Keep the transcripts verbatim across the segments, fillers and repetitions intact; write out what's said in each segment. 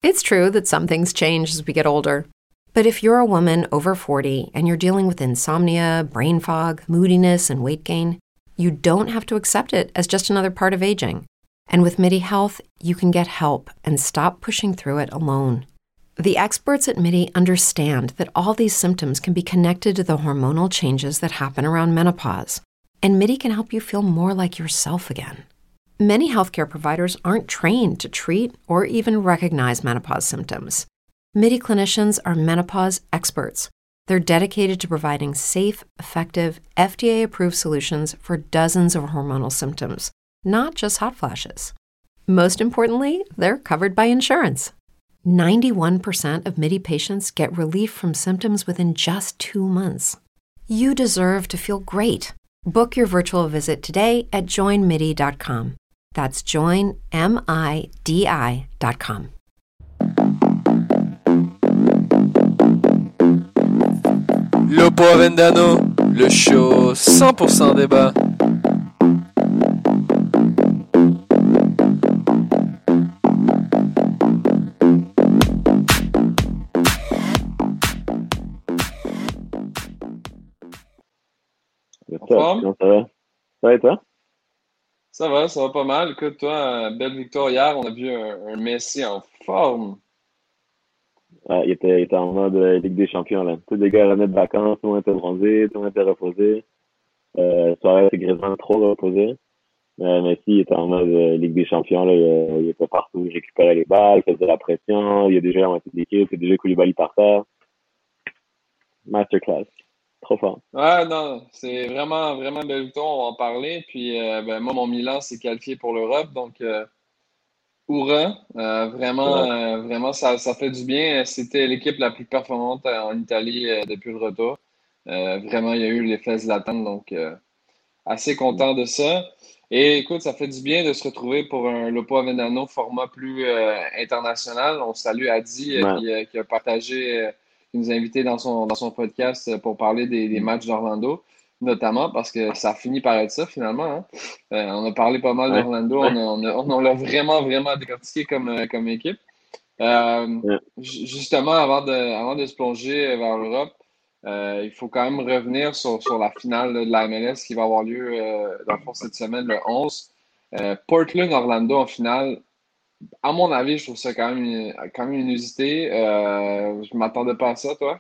It's true that some things change as we get older. But if you're a woman over forty and you're dealing with insomnia, brain fog, moodiness, and weight gain, you don't have to accept it as just another part of aging. And with MIDI Health, you can get help and stop pushing through it alone. The experts at MIDI understand that all these symptoms can be connected to the hormonal changes that happen around menopause, and MIDI can help you feel more like yourself again. Many healthcare providers aren't trained to treat or even recognize menopause symptoms. MIDI clinicians are menopause experts. They're dedicated to providing safe, effective, F D A-approved solutions for dozens of hormonal symptoms, not just hot flashes. Most importantly, they're covered by insurance. ninety-one percent of MIDI patients get relief from symptoms within just two months. You deserve to feel great. Book your virtual visit today at join midi dot com. That's join midi dot com. Lopo Avendano, le show cent pour cent débat. Ça, ça va? Ça va et toi? Ça va, ça va pas mal. Écoute, toi, euh, belle victoire hier. On a vu un, un Messi en forme. Ouais, il était, il était en mode euh, Ligue des Champions, là. Tous les gars revenaient de vacances, tout le monde était bronzé, tout le monde était reposé. Euh, soirée, c'est Griezmann trop reposé. Euh, Messi il était en mode euh, Ligue des Champions, là. Il, euh, il était partout, il récupérait les balles, il faisait la pression. Il y a déjà la moitié de l'équipe, il y a déjà Koulibaly par terre. Masterclass. Trop fort. Ouais, non, c'est vraiment, vraiment une belle victoire. On va en parler. Puis, euh, ben, moi, mon Milan s'est qualifié pour l'Europe. Donc, euh, Hurrah! Euh, vraiment, Ouais. euh, vraiment, ça, ça fait du bien. C'était l'équipe la plus performante euh, en Italie euh, depuis le retour. Euh, vraiment, il y a eu l'effet Zlatan. Donc, euh, assez content de ça. Et écoute, ça fait du bien de se retrouver pour un Lopo Avendano format plus euh, international. On salue Adi euh, Ouais. qui, euh, qui a partagé, euh, qui nous a invités dans son, dans son podcast euh, pour parler des, des matchs d'Orlando, notamment parce que ça a fini par être ça finalement. Hein. Euh, on a parlé pas mal Ouais. d'Orlando. On a, on a- on l'a vraiment, vraiment décortiqué comme, euh, comme équipe. Euh, Ouais. ju- justement, avant de, avant de se plonger vers l'Europe, euh, il faut quand même revenir sur, sur la finale de la M L S qui va avoir lieu euh, dans le fond cette semaine, le onze. Euh, Portland-Orlando en finale. À mon avis, je trouve ça quand même, quand même inusité. Euh, je m'attendais pas à ça, toi.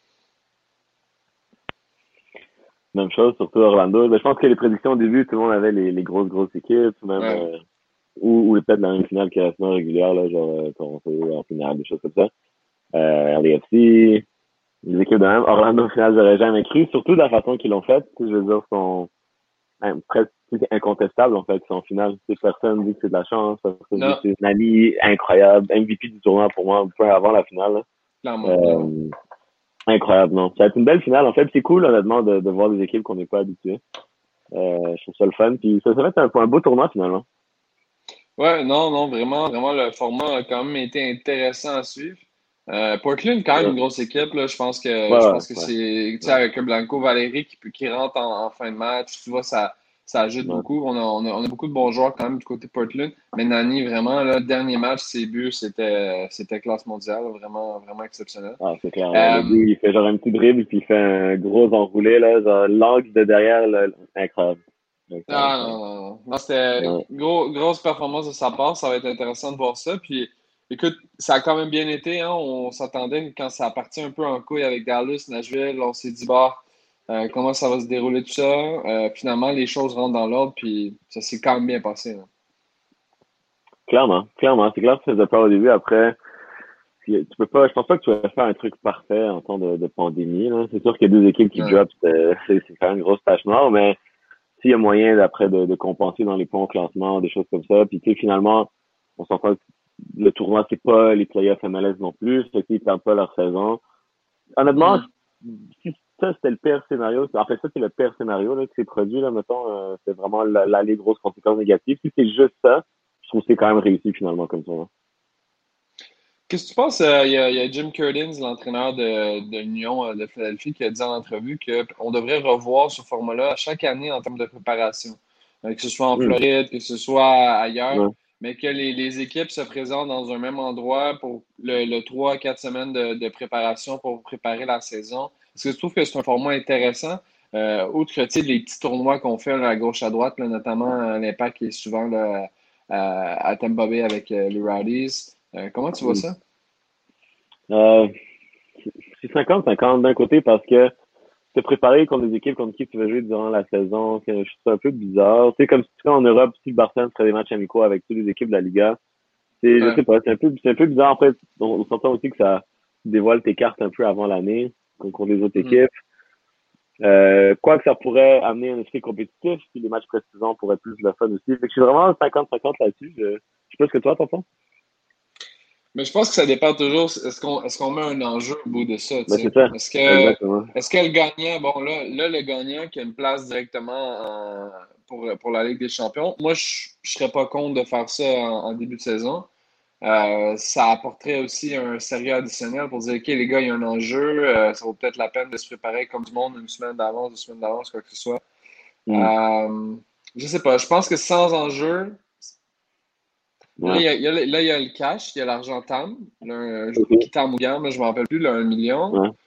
Même chose, surtout Orlando. Ben, je pense que les prédictions au début, tout le monde avait les, les grosses, grosses équipes, même, Ouais. euh, ou, ou peut-être la même finale qui est la régulière, là, genre, euh, Toronto en finale, des choses comme ça. Euh, L A F C, les équipes de même. Orlando, au final, j'aurais jamais cru, surtout de la façon qu'ils l'ont fait. Je veux dire, sont hein, presque c'est incontestables, en fait, ils sont en finale. C'est personne dit que c'est de la chance, personne dit Non, que c'est une année incroyable, M V P du tournoi pour moi, un peu avant la finale, là. clairement, clairement. Euh, incroyable, non. Ça va être une belle finale, en fait. C'est cool, honnêtement, de, de voir des équipes qu'on n'est pas habitués. Euh, je trouve ça le fun. Puis ça, ça va être un, un beau tournoi, finalement. Ouais, non, non, vraiment, vraiment, le format a quand même été intéressant à suivre. Euh, Portland, quand même Ouais, une grosse équipe, là. Je pense que, ouais, je ouais. pense que Ouais, c'est, tu sais, ouais, avec Blanco Valéry qui, qui rentre en, en fin de match, tu vois, ça, ça ajoute ouais. beaucoup. On a, on a, on a beaucoup de bons joueurs quand même du côté Portland. Mais Nani, vraiment, là, dernier match, ses buts, c'était, c'était classe mondiale, vraiment, vraiment exceptionnel. Ah, c'est clair. Le, le Euh, but, il fait genre un petit dribble, puis il fait un gros enroulé, là, genre l'angle de derrière, là, incroyable. Incroyable, Ah non, incroyable. non, non. Non, c'était Ouais. gros, grosse performance de sa part. Ça va être intéressant de voir ça. Puis, écoute, ça a quand même bien été. Hein. On s'attendait quand ça a parti un peu en couille avec Dallas, Nashville. On s'est dit, bah, euh, comment ça va se dérouler tout ça. Euh, finalement, les choses rentrent dans l'ordre. Puis, ça s'est quand même bien passé. Là. Clairement, clairement. C'est clair que ça faisait peur au début. Après, tu tu peux pas, je pense pas que tu vas faire un truc parfait en temps de, de pandémie, là. C'est sûr qu'il y a deux équipes qui Non. drop, c'est c'est c'est quand même une grosse tâche noire, mais s'il y a moyen d'après de, de compenser dans les points au classement, des choses comme ça. Puis tu sais, finalement, on s'entend que le tournoi, c'est pas les playoffs M L S non plus, ceux qui perdent pas leur saison. Honnêtement, Mhm. si ça c'était le pire scénario, en fait ça c'est le pire scénario là, qui s'est produit, là, mettons, euh, c'est vraiment la- l'aller grosse conséquence négative. Si c'est juste ça, je trouve que c'est quand même réussi finalement comme tournoi. Qu'est-ce que tu penses? euh, Il y a, il y a Jim Curtins, l'entraîneur de, de l'Union euh, de Philadelphie, qui a dit en entrevue qu'on devrait revoir ce format-là à chaque année en termes de préparation. Euh, que ce soit en Hmm. Floride, que ce soit ailleurs. Ouais. mais que les, les équipes se présentent dans un même endroit pour le, le trois à quatre semaines de, de préparation pour préparer la saison. Est-ce que tu trouves que c'est un format intéressant? Euh, outre que, tu sais, les petits tournois qu'on fait là, à gauche à droite, là, notamment euh, l'Impact qui est souvent là, à, à Tampa Bay avec euh, les Rowdies. Euh, comment tu vois Mm. ça? Euh, c'est cinquante cinquante d'un côté parce que te préparer contre des équipes contre qui tu vas jouer durant la saison, c'est c'est un peu bizarre. Tu sais, comme si tu en Europe, si le Barcelone ferait des matchs amicaux avec toutes les équipes de la Liga, c'est, je Ouais. sais pas, c'est un peu, c'est un peu bizarre. En fait, on, on s'entend aussi que ça dévoile tes cartes un peu avant l'année contre les autres Mhm. équipes. Euh, quoi que ça pourrait amener un esprit compétitif, puis les matchs pré-saison pourraient être plus le fun aussi. Fait que je suis vraiment cinquante cinquante là-dessus. Je, je sais pas ce que toi t'en penses. Mais je pense que ça dépend toujours. Est-ce qu'on est-ce qu'on met un enjeu au bout de ça, tu Ben, c'est sais? ça. Est-ce que Exactement. est-ce que le gagnant, bon là, là, le gagnant qui a une place directement en- pour, pour la Ligue des Champions, moi je ne serais pas contre de faire ça en, en début de saison. Euh, ça apporterait aussi un sérieux additionnel pour dire, OK, les gars, il y a un enjeu, euh, ça vaut peut-être la peine de se préparer comme du monde une semaine d'avance, deux semaines d'avance, quoi que ce soit. Hmm. Euh, je sais pas, je pense que sans enjeu, là, Ouais. il y a, il y a le- là, il y a le cash, il y a l'argent T A M, là, un Ok. joueur qui T A M ou gamme, là, je ne me rappelle plus, là, un million. Ouais.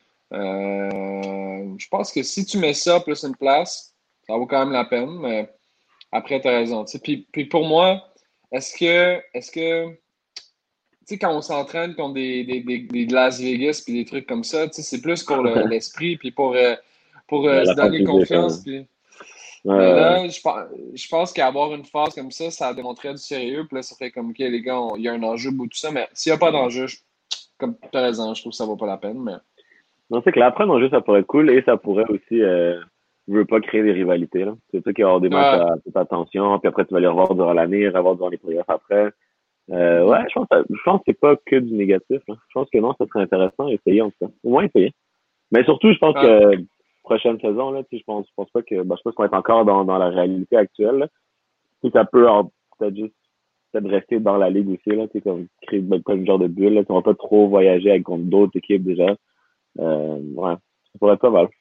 Euh, je pense que si tu mets ça plus une place, ça vaut quand même la peine, mais après, tu as raison. Tu sais. Puis, puis pour moi, est-ce que, est-ce que, tu sais, quand on s'entraîne contre des, des, des, des Las Vegas puis des trucs comme ça, tu sais, c'est plus pour le- l'esprit puis pour, euh, pour euh, Ouais, se la phase donner physique, confiance. hein. Puis Ouais, mais ouais, ouais. là, je, pense- je pense qu'avoir une phase comme ça, ça démontrait du sérieux. Puis là, ça fait comme, OK, les gars, on- il y a un enjeu au bout de tout ça. Mais s'il n'y a pas d'enjeu, je- comme tu as raison, je trouve que ça vaut pas la peine. Mais Non, c'est que l'après, non, juste, ça pourrait être cool et ça pourrait aussi, euh, je veux pas créer des rivalités, là. C'est sûr qu'il va y avoir des matchs ouais. à toute attention, puis après, tu vas les revoir durant l'année, revoir durant les playoffs après. Euh, Mhm. ouais, je pense, que ça- je pense que c'est pas que du négatif, là. Je pense que non, ça serait intéressant, essayer, en tout cas. Au moins, essayer. Mais surtout, je pense Ouais. que, prochaine saison, là, tu sais, je pense, je pense pas que, bah, je pense qu'on va être encore dans, dans la réalité actuelle, là. Si ça peut, alors, peut-être juste, peut-être rester dans la ligue aussi, là, tu sais, comme, créer, ben, comme genre de bulle, là. On va pas trop voyager avec contre d'autres équipes, déjà. Euh, ouais. Ça pourrait être pas mal.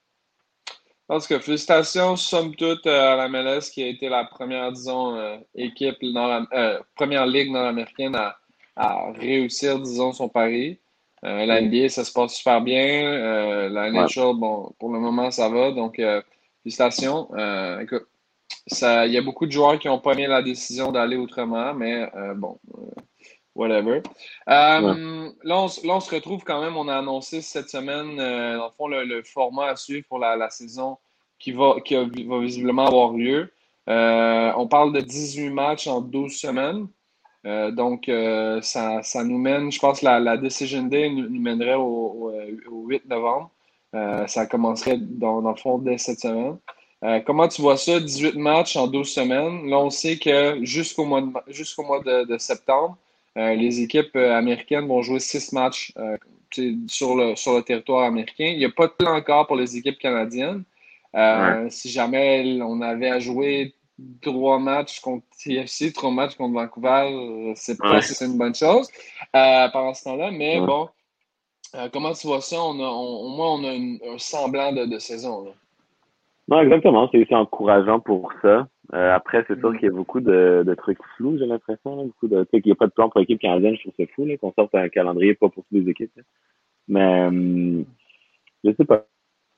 En tout cas, félicitations, somme toute, euh, à la M L S qui a été la première, disons, euh, équipe, nord euh, première ligue nord-américaine à, à réussir, disons, son pari. Euh, la Mm. N B A, ça se passe super bien. Euh, la Ouais. N H L, bon, pour le moment, ça va. Donc, euh, félicitations. Euh, écoute, ça, il y a beaucoup de joueurs qui n'ont pas aimé la décision d'aller autrement, mais euh, bon, whatever. Ouais. Euh, là, on, s- là, on se retrouve quand même. On a annoncé cette semaine, euh, dans le fond, le, le format à suivre pour la, la saison qui va, qui a- va visiblement avoir lieu. Euh, on parle de dix-huit matchs en douze semaines. Euh, donc, euh, ça, ça nous mène, je pense, la, la Decision Day nous, nous mènerait au, au, euh, au huit novembre. Euh, ça commencerait dans, dans le fond dès cette semaine. Euh, comment tu vois ça, dix-huit matchs en douze semaines? Là, on sait que jusqu'au mois de, jusqu'au mois de, de septembre, euh, les équipes euh, américaines vont jouer six matchs euh, sur le, sur le territoire américain. Il n'y a pas de plan encore pour les équipes canadiennes. Ouais. Euh, si jamais on avait à jouer trois matchs contre T F C, trois matchs contre Vancouver, euh, c'est pas Ouais. si c'est une bonne chose euh, pendant ce temps-là. Mais Ouais. bon, euh, comment tu vois ça? On a, on- au moins, on a une- un semblant de, de saison. Là. Non, exactement. C'est c'est encourageant pour ça. Euh, après, c'est sûr Mhm. qu'il y a beaucoup de, de trucs flous, j'ai l'impression. Là. Beaucoup de, tu sais, qu'il n'y a pas de plan pour l'équipe canadienne, je trouve ça fou, là, qu'on sorte un calendrier pas pour toutes les équipes. Là. Mais, hum, je sais pas.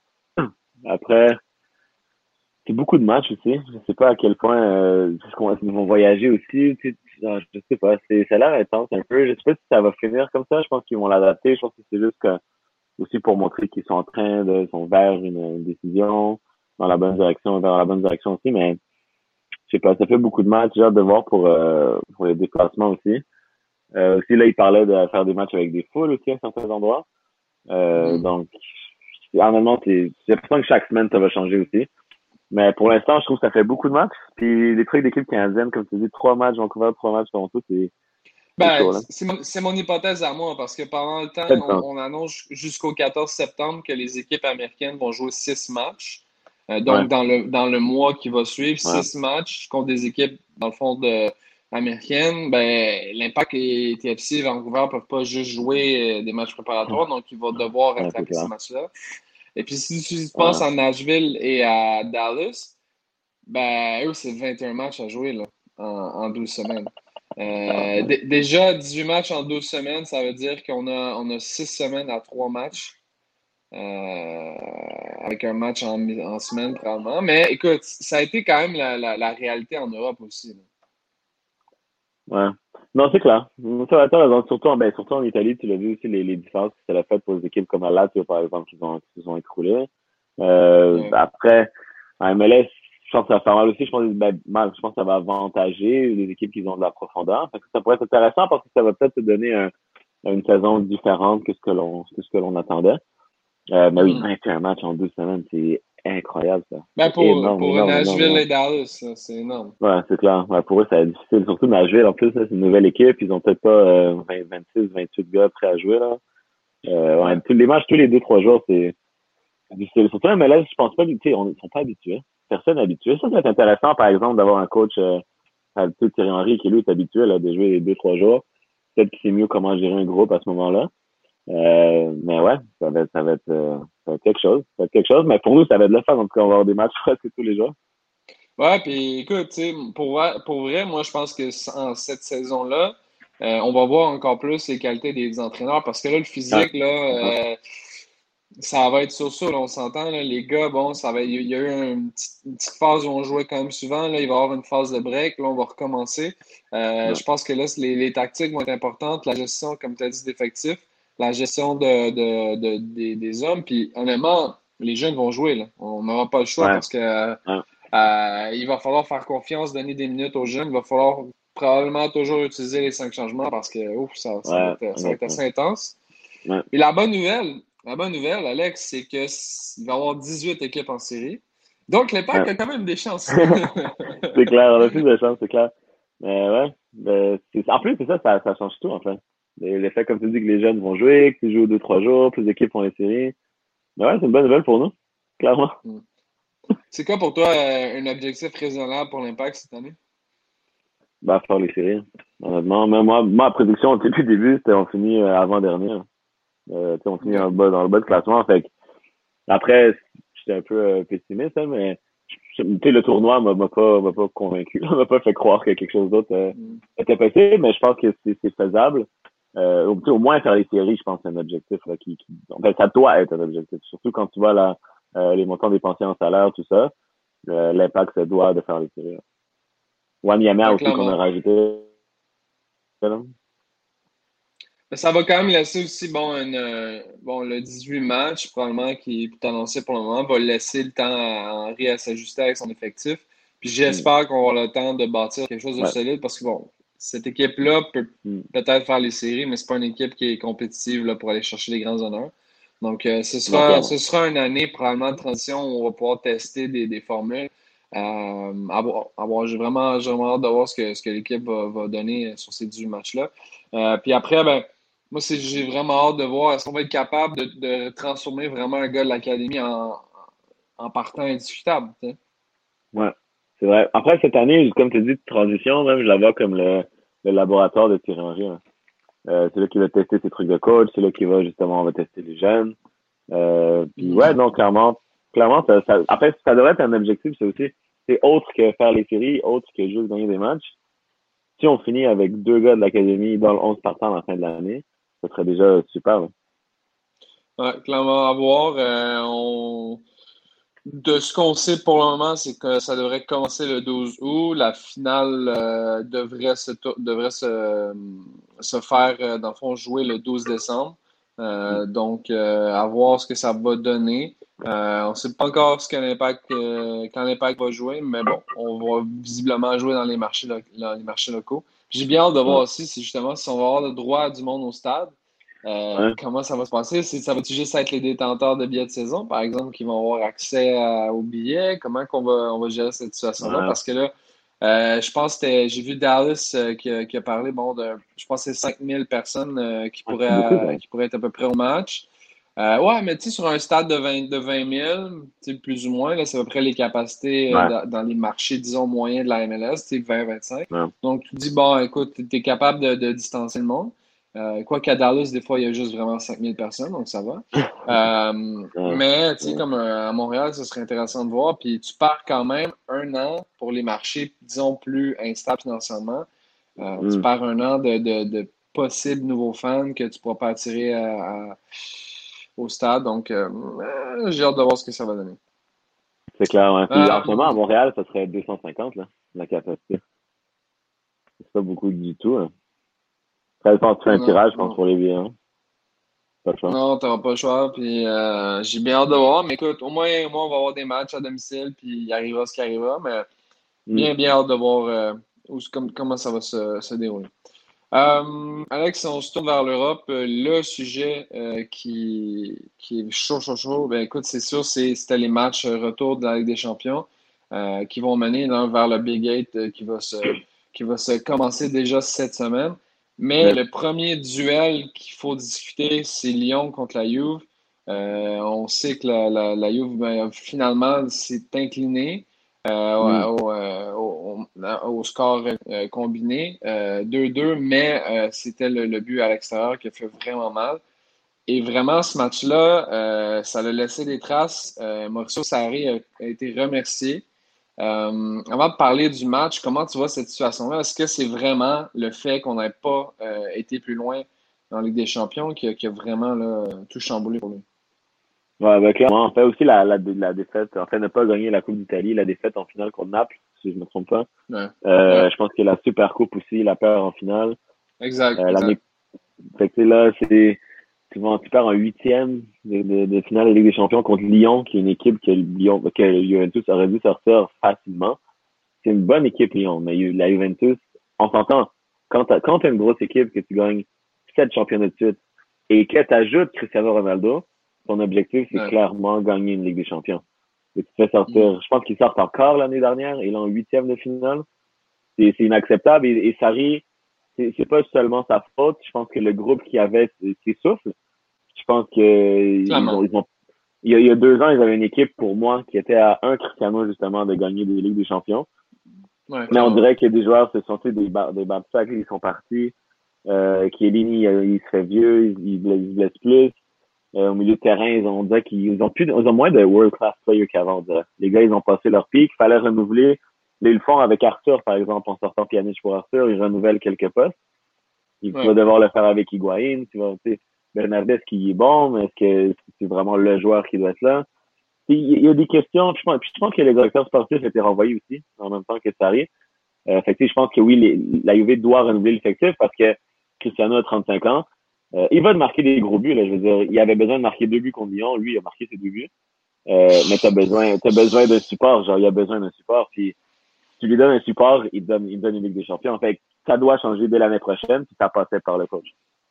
Après, c'est beaucoup de matchs aussi. Je sais pas à quel point, euh, est-ce qu'on- est-ce qu'ils vont voyager aussi. Tu sais, genre, je sais pas. C'est, ça a l'air intense un peu. Je sais pas si ça va finir comme ça. Je pense qu'ils vont l'adapter. Je pense que c'est juste que, aussi pour montrer qu'ils sont en train de, sont vers une, une décision dans la bonne direction, vers la bonne direction aussi, mais je sais pas, ça fait beaucoup de matchs, j'ai hâte de voir pour, euh, pour les déplacements aussi. Euh, aussi, là, il parlait de faire des matchs avec des foules aussi à certains endroits. Euh, Mhm. donc, en moment, c'est, j'ai l'impression que chaque semaine, ça va changer aussi. Mais pour l'instant, je trouve que ça fait beaucoup de matchs. Puis les trucs d'équipe canadienne, comme tu dis, trois matchs Vancouver, trois matchs Toronto, c'est, c'est Ben, chaud, là. c'est mon, c'est mon hypothèse à moi, parce que pendant le temps, Pas de temps. on, on annonce jusqu'au quatorze septembre que les équipes américaines vont jouer six matchs. Euh, Ouais, donc, dans le, dans le mois qui va suivre, ouais, six matchs contre des équipes, dans le fond, de, américaines. Ben, l'Impact et T F C Vancouver ne peuvent pas juste jouer euh, des matchs préparatoires, donc ils vont devoir ouais, c'est rattraper ces clair. matchs-là. Et puis, si tu penses Ouais, à Nashville et à Dallas, ben, eux, c'est vingt et un matchs à jouer là, en, en douze semaines. Euh, d- déjà, dix-huit matchs en douze semaines, ça veut dire qu'on a, on a six semaines à trois matchs. Euh, avec un match en, en semaine, probablement. Mais écoute, ça a été quand même la, la, la réalité en Europe aussi. Là. Ouais. Non, c'est clair. Ça va t'as raison. Surtout, en- ben, surtout en Italie, tu l'as vu aussi, les, les différences que ça a fait pour les équipes comme la Lazio, par exemple, qui, ont, qui se sont écroulées. Euh, Ouais. après, en M L S, je pense que ça va faire mal aussi. Je pense, ben, mal, je pense que ça va avantager les équipes qui ont de la profondeur. Fait que ça pourrait être intéressant parce que ça va peut-être te donner un, une saison différente que ce que l'on, que ce que l'on attendait. Euh, mais oui, Mhm. vingt et un matchs en douze semaines, c'est incroyable, ça. Ben C'est pour, énorme, pour énorme, énorme, Nashville énorme. et Dallas, là, c'est énorme. Ouais, c'est clair. Ouais, pour eux, ça va être difficile. Surtout Nashville, en plus, là, c'est une nouvelle équipe. Ils ont peut-être pas euh, vingt, vingt-six, vingt-huit gars prêts à jouer, là. Euh, ouais, Ouais. tous les matchs, tous les deux, trois jours, c'est difficile. Surtout un M L S, je pense pas, tu sais, on- ils sont pas habitués. Personne n'est habitué. Ça, c'est intéressant, par exemple, d'avoir un coach, euh, tu sais, Thierry Henry, qui lui est habitué, là, de jouer les deux, trois jours. Peut-être qu'il sait mieux comment gérer un groupe à ce moment-là. Euh, mais ouais, ça va être, ça va être, euh, ça va être quelque chose. Ça va être quelque chose. Mais pour nous, ça va être le fun. En tout cas, on va avoir des matchs presque tous les jours. Ouais, puis écoute, tu sais, pour, vrai- pour vrai, moi, je pense que c- en cette saison-là, euh, on va voir encore plus les qualités des entraîneurs parce que là, le Ouais. physique, là, Ouais. euh, ça va être sur ça, là, on s'entend, là, les gars, bon, ça va, il y a il y a eu une petite, une petite phase où on jouait quand même souvent, là, il va y avoir une phase de break, là, on va recommencer. Euh, Ouais. je pense que là, les, les tactiques vont être importantes, la gestion, comme tu as dit, d'effectifs, la gestion de, de, de- des, des hommes, puis honnêtement, les jeunes vont jouer, là. On n'aura pas le choix Ouais. parce que euh, Ouais. euh, il va falloir faire confiance, donner des minutes aux jeunes, il va falloir probablement toujours utiliser les cinq changements parce que ouf, ça, ça va Ouais. être, ça va être Honnêtement. assez intense. Ouais. Et la bonne nouvelle, la bonne nouvelle, Alex, c'est que s- il va y avoir dix-huit équipes en série. Donc, l'Impact Ouais. a quand même des chances. C'est clair, on a plus de chance, c'est clair. Mais ouais, ben, c'est- en plus, c'est ça, ça, ça change tout, en fait. Le le fait, comme tu dis, que les jeunes vont jouer, que tu joues deux, trois jours, plus d'équipes font les séries. Mais ouais, c'est une bonne nouvelle pour nous, clairement. C'est quoi pour toi euh, un objectif raisonnable pour l'Impact cette année? Bah, faire les séries. Honnêtement, même moi, ma prédiction depuis le début, c'était on finit euh, avant-dernier. Euh, tu sais, on finit OK. dans le bas, dans le bas de classement. Fait que, après, j'étais un peu euh, pessimiste, hein, mais je- tu sais, le tournoi m'a m'a pas, m'a pas convaincu, m'a pas fait croire que quelque chose d'autre euh, Mm. était possible, mais je pense que c'est c'est faisable. Euh, au, tu sais, au moins faire les séries, je pense que c'est un objectif là, qui, qui en fait, ça doit être un objectif. Surtout quand tu vois là, euh, les montants dépensés en salaire, tout ça, euh, l'impact se doit de faire les séries. Là. Wanyama Ouais, aussi qu'on a clairement. rajouté. Là. Mais ça va quand même laisser aussi, bon, une, euh, bon, le dix-huit matchs, probablement, qui est annoncé pour le moment, va laisser le temps à Henry à s'ajuster avec son effectif. Puis Mm. j'espère qu'on va avoir le temps de bâtir quelque chose de Ouais. solide parce que, bon, cette équipe-là peut Mm. peut-être faire les séries, mais c'est pas une équipe qui est compétitive là, pour aller chercher les grands honneurs. Donc, euh, ce Non, sera, ce clairement. sera une année probablement de transition où on va pouvoir tester des, des formules. Euh, avoir, avoir- j'ai vraiment, j'ai vraiment hâte de voir ce que, ce que l'équipe va, va donner sur ces dix-huit matchs-là. Euh, puis après, ben, moi, c'est, j'ai vraiment hâte de voir est-ce qu'on va être capable de, de transformer vraiment un gars de l'académie en, en partant indiscutable. Tu sais. Ouais. C'est vrai. Après, cette année, comme tu dis, de transition, même, je la vois comme le, le laboratoire de Thierry Henry. Hein. Euh, c'est là qu'il va tester ses trucs de coach, c'est là qu'il va justement on va tester les jeunes. Euh, puis ouais, Mhm. donc clairement, clairement, ça, ça, après, ça devrait être un objectif, c'est aussi, c'est autre que faire les séries, autre que juste gagner des matchs. Si on finit avec deux gars de l'académie dans le onze partant à la fin de l'année, ça serait déjà super. Là. Ouais, clairement à voir. Euh, on... De ce qu'on sait pour le moment, c'est que ça devrait commencer le douze août. La finale euh, devrait se, tou- devrait se, se faire, euh, dans le fond, jouer le douze décembre. Mm. Euh, donc, euh, à voir ce que ça va donner. Euh, on ne sait pas encore ce que l'Impact, euh, quand l'Impact va jouer, mais bon, on va visiblement jouer dans les marchés, lo- dans les marchés locaux. J'ai bien hâte de Ouais. voir aussi si justement si on va avoir le droit du monde au stade. Euh, Ouais. comment ça va se passer? C'est- Ça va-tu juste être les détenteurs de billets de saison, par exemple, qui vont avoir accès à- aux billets? Comment qu'on va, on va gérer cette situation-là? Ouais. Parce que là, euh, je pense que c'était- j'ai vu Dallas euh, qui, a, qui a parlé, bon, de, je pense que c'est cinq mille personnes euh, qui Ouais, c'est beaucoup, ça. pourraient, qui pourraient être à peu près au match. Euh, ouais, mais tu sais, sur un stade de vingt, de vingt mille, tu sais, plus ou moins, là, c'est à peu près les capacités euh, Ouais. dans, dans les marchés, disons, moyens de la M L S, tu sais, vingt, vingt-cinq. Ouais. Donc, tu dis, bon, écoute, tu es capable de, de distancer le monde. Euh, quoi qu'à Dallas, des fois, il y a juste vraiment cinq mille personnes, donc ça va. Euh, Ouais. mais, tu sais, Ouais. comme euh, à Montréal, ce serait intéressant de voir. Puis tu pars quand même un an pour les marchés, disons, plus instables financièrement. Euh, tu Mm. perds un an de, de, de possibles nouveaux fans que tu ne pourras pas attirer à, à- au stade. Donc, euh, euh, j'ai hâte de voir ce que ça va donner. C'est clair, ouais. Puis en ce moment, à Euh, Montréal, ça serait deux cent cinquante, là, la capacité. C'est pas beaucoup du tout, hein. Après, je pense que tu fais un non, tirage, je pense, non. pour les billets, hein. Pas de choix. Non, t'auras pas le choix. Puis euh, j'ai bien hâte de voir. Mais écoute, au moins, au moins, on va avoir des matchs à domicile. Puis il arrivera ce qui arrivera. Mais Mm. bien, bien hâte de voir euh, où- comme- comment ça va se, se dérouler. Euh, Alex, si on se tourne vers l'Europe, euh, le sujet euh, qui, qui est chaud, chaud, chaud, ben écoute, c'est sûr, c'est, c'était les matchs euh, retour de la Ligue des Champions euh, qui vont mener là, vers le Big Eight euh, qui va se, qui va se commencer déjà cette semaine. Mais Yes. le premier duel qu'il faut discuter, c'est Lyon contre la Juve. Euh, on sait que la, la, la Juve, ben, finalement, s'est inclinée euh, Mm. au, euh, au, au- au score euh, combiné, euh, deux deux, mais euh, c'était le, le but à l'extérieur qui a fait vraiment mal. Et vraiment, ce match-là, euh, ça a laissé des traces. Euh, Mauricio Sarri a, a été remercié. Euh, avant de parler du match, comment tu vois cette situation-là? Est-ce que c'est vraiment le fait qu'on n'ait pas euh, été plus loin dans la Ligue des Champions qui a, qui a vraiment là, tout chamboulé pour lui? Ouais, ben, clairement. En fait, aussi, la, la, la défaite, en fait, ne pas gagner la Coupe d'Italie, la défaite en finale contre Naples, si je me trompe pas. Ouais, ouais, Euh, je pense que la Super Coupe aussi, la peur en finale. exact, Euh, l'année, exact. fait que, tu sais, là, c'est, souvent, tu perds en huitième de, de, de finale de Ligue des Champions contre Lyon, qui est une équipe que Lyon, que Juventus aurait dû sortir facilement. C'est une bonne équipe, Lyon, mais la Juventus, on s'entend, quand t'as, quand t'as une grosse équipe, que tu gagnes sept championnats de suite, et que t'ajoutes Cristiano Ronaldo, ton objectif, c'est Ouais. clairement gagner une Ligue des Champions. Et tu fais Mm. sortir, je pense qu'ils sortent encore l'année dernière, et là, en huitième de finale. C'est, c'est inacceptable, et, et Sarri, c'est, c'est pas seulement sa faute, je pense que le groupe qui avait ses souffles, je pense que ils ont, Clairement. ils ont, il y, a, il y a deux ans, ils avaient une équipe pour moi qui était à un Cristiano justement de gagner des Ligues des Champions. Ouais, Mais on clairement. dirait que des joueurs se sont fait des bas des bas de sac, ils sont partis. Euh, Chiellini, il, il se fait vieux, il, il, blesse, il blesse plus. Euh, au milieu de terrain, ils ont, on dirait qu'ils ont plus, ils ont moins de world class players qu'avant. On dirait. Les gars, ils ont passé leur pic, fallait renouveler. Là, ils le font avec Arthur, par exemple, en sortant Pjanic pour Arthur, ils renouvellent quelques postes. Tu vas Ouais. devoir le faire avec Higuaín, tu vas, tu sais, Bernardes qui est bon, mais est-ce que c'est vraiment le joueur qui doit être là? Il y a des questions, puis je pense, puis je pense que les directeurs sportifs étaient renvoyés aussi, en même temps que Sarri. Euh, fait que, je pense que oui, les, la Juve doit renouveler l'effectif parce que Cristiano a trente-cinq ans. Euh, il va te marquer des gros buts, là. Je veux dire, il avait besoin de marquer deux buts contre Lyon. Lui, il a marqué ses deux buts. Euh, mais t'as besoin, t'as besoin d'un support. Genre, il a besoin d'un support. Puis, tu lui donnes un support, il te donne, il te donne une Ligue des Champions. Fait que ça doit changer dès l'année prochaine, puis ça passait par le coach.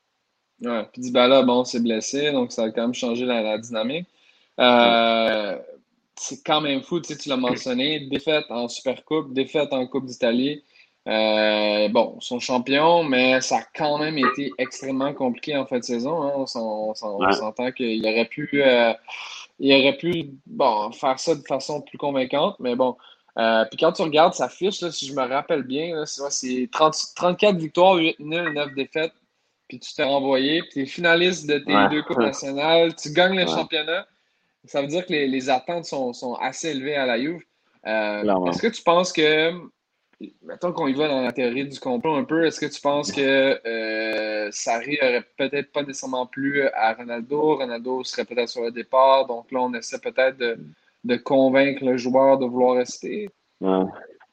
Ouais. Puis Dybala, bon, s'est blessé, donc ça a quand même changé la, la dynamique. Ouais. Euh, c'est quand même fou, tu sais, tu l'as mentionné, défaite en Supercoupe, défaite en Coupe d'Italie. Euh, bon, ils sont champions, mais ça a quand même été extrêmement compliqué en fin de saison, hein. On s'en- on s'en- on Ouais. s'entend qu'il aurait pu, euh, il aurait pu, bon, faire ça de façon plus convaincante, mais bon. Euh, puis quand tu regardes sa fiche, là, si je me rappelle bien, là, c'est ouais, c'est trente trente-quatre victoires, huit nuls, neuf défaites, puis tu t'es renvoyé, puis tu es finaliste de tes Ouais. deux coupes nationales, tu gagnes le Ouais. championnat. Ça veut dire que les, les attentes sont, sont assez élevées à la Juve. Euh, est-ce Clairement. que tu penses que, mettons qu'on y va dans la théorie du complot un peu, est-ce que tu penses que euh, Sarri aurait peut-être pas nécessairement plu à Ronaldo, Ronaldo serait peut-être sur le départ, donc là on essaie peut-être de, de convaincre le joueur de vouloir rester? Ouais.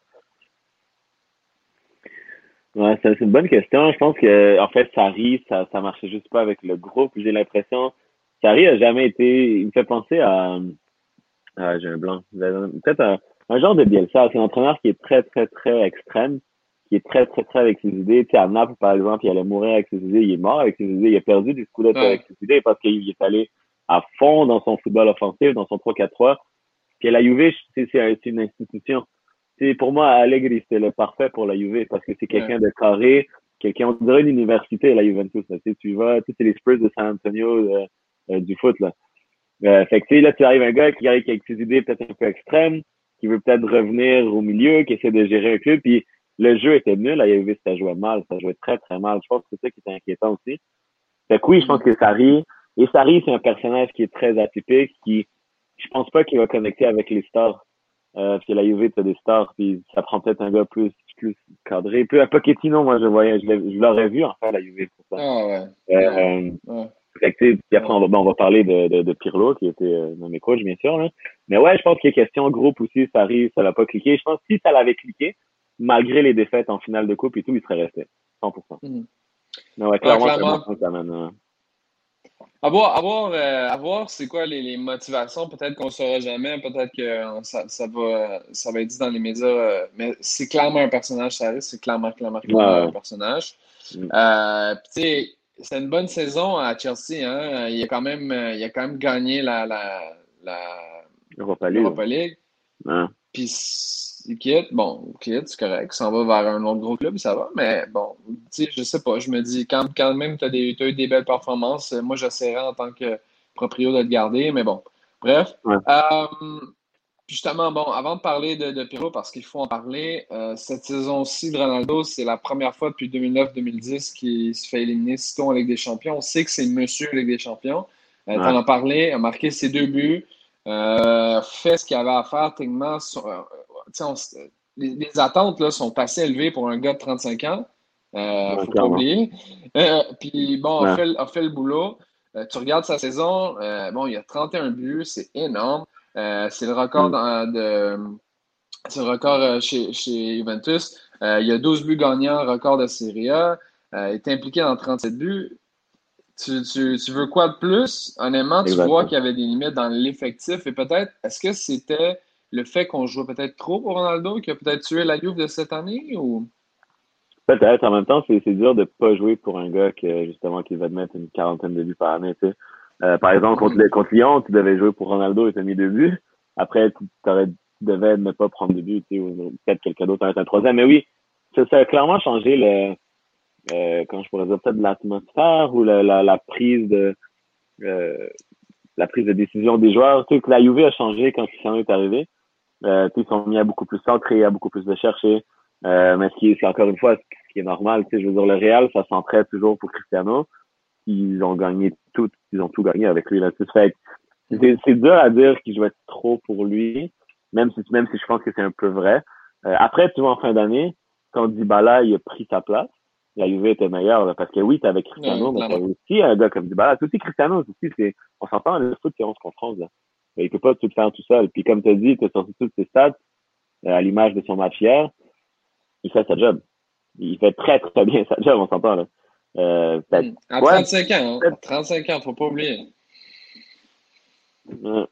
Ouais, c'est c'est une bonne question. Je pense que, en fait, Sarri, ça, ça marchait juste pas avec le groupe. J'ai l'impression, Sarri a jamais été, il me fait penser à, ah, j'ai un blanc. Peut-être un, un genre de Bielsa. C'est un entraîneur qui est très, très, très extrême, qui est très, très, très avec ses idées. Tu sais, à Naples, par exemple, il allait mourir avec ses idées. Il est mort avec ses idées. Il a perdu du Scudetto avec Ouais, ses idées parce qu'il est allé à fond dans son football offensif, dans son trois quatre trois. Puis la Juve, c'est c'est c'est une institution. C'est pour moi, Allegri, c'est le parfait pour la Juve parce que c'est ouais, quelqu'un de carré, quelqu'un, on dirait une université, la Juventus. Là. Tu sais, tu vas, tu sais, c'est les Spurs de San Antonio euh, euh, du foot, là. Euh, fait que, tu sais, là, tu arrives un gars qui arrive avec ses idées peut-être un peu extrêmes, qui veut peut-être revenir au milieu, qui essaie de gérer un club, puis le jeu était nul, là, il avait vu que ça jouait mal, ça jouait très, très mal. Je pense que c'est ça qui était inquiétant aussi. Fait que oui, je pense mhm, que Sarri, et Sarri, c'est un personnage qui est très atypique, qui, je pense pas qu'il va connecter avec les stars. Euh, parce que la Juve, t'as des stars, puis ça prend peut-être un gars plus plus cadré. Puis à Pochettino, moi, je voyais, je, je l'aurais vu en faire la Juve pour ça. Ah ouais. Euh, ouais. Fait que, puis après, on va, ben, on va parler de, de, de Pirlo, qui était euh, dans mes coachs, bien sûr. Là. Mais ouais, je pense qu'il y a question groupe aussi, ça arrive, ça l'a pas cliqué. Je pense que si ça l'avait cliqué, malgré les défaites en finale de coupe et tout, il serait resté. cent pour cent. Mm-hmm. Mais ouais, Ah, clairement, c'est un bon clairement. point que t'amènes, hein. À voir, à voir, euh, à voir c'est quoi les, les motivations. Peut-être qu'on ne saura jamais. Peut-être que euh, ça, ça va, ça va être dit dans les médias. euh, mais c'est clairement un personnage, ça reste. C'est clairement, clairement, clairement Ouais, un personnage. ouais. Euh, puis, tu sais, c'est une bonne saison à Chelsea. Hein? Il a quand même, euh, il a quand même gagné la, la, la, Europa League. l'Europa League. Ouais. Puis il quitte, bon, il quitte, c'est correct, il s'en va vers un autre gros club, ça va, mais bon, tu sais, je sais pas, je me dis, quand, quand même tu as, eu des belles performances, moi j'essaierai en tant que proprio de te garder, mais bon, bref. Ouais. Euh, justement, bon, avant de parler de, de Pirlo, parce qu'il faut en parler, euh, cette saison-ci de Ronaldo, c'est la première fois depuis deux mille neuf deux mille dix qu'il se fait éliminer sitôt en Ligue des Champions. On sait que c'est monsieur Ligue des Champions. Euh, Ouais. tu en as parlé, a marqué ses deux buts. Euh, fait ce qu'il avait à faire techniquement. Euh, on, les, les attentes là, sont assez élevées pour un gars de trente-cinq ans. Euh, Ouais, faut pas clairement. oublier. Euh, Puis bon, Ouais. a fait, a fait le boulot. Euh, tu regardes sa saison, euh, bon, il y a trente et un buts, c'est énorme. Euh, c'est le record Mm. dans- de, c'est le record euh, chez, chez Juventus. Euh, il y a douze buts gagnants, record de Serie A. Euh, il est impliqué dans trente-sept buts. Tu, tu, tu veux quoi de plus? Honnêtement, tu vois Exactement. qu'il y avait des limites dans l'effectif et peut-être, est-ce que c'était le fait qu'on jouait peut-être trop pour Ronaldo qui a peut-être tué la Juve de cette année ou? Peut-être, en même temps, c'est, c'est dur de pas jouer pour un gars que, justement, qui va te mettre une quarantaine de buts par année, tu sais. Euh, par exemple, contre, Mhm. le, contre Lyon, tu devais jouer pour Ronaldo et tu as mis deux buts. Après, tu, t'aurais, tu devais ne pas prendre de buts, tu sais, ou peut-être quelqu'un d'autre en un troisième. Mais oui, ça, ça a clairement changé le, euh, comment je pourrais dire, peut-être l'atmosphère ou la, la, la prise de, euh, la prise de décision des joueurs. Tu sais, que la Juve a changé quand Cristiano est arrivé. Euh, ils sont mis à beaucoup plus centrer, à beaucoup plus de chercher. Euh, mais ce qui est, c'est encore une fois, ce qui est normal, tu sais, je veux dire, le Real, ça centrait toujours pour Cristiano. Ils ont gagné tout, ils ont tout gagné avec lui, là. Tu sais, fait que c'est, c'est dur à dire qu'il jouait trop pour lui, même si, même si je pense que c'est un peu vrai. Euh, après, tu vois, en fin d'année, quand Dybala, il a pris sa place, la Juve était meilleure, là, parce que oui, t'avais Ouais, Cristiano, mais t'avais clairement. aussi un gars comme Dybala. C'est aussi Cristiano, c'est aussi, c'est, on s'entend, le foot, c'est onze contre onze, là. Il peut pas tout faire tout seul. Puis comme tu as dit, tu as sorti toutes ses stats, euh, à l'image de son match hier, il fait sa job. Il fait très, très bien sa job, on s'entend, là. Euh, peut-être, Mhm. À ouais, trente-cinq ans, hein? À peut-être, trente-cinq ans, faut pas oublier. euh,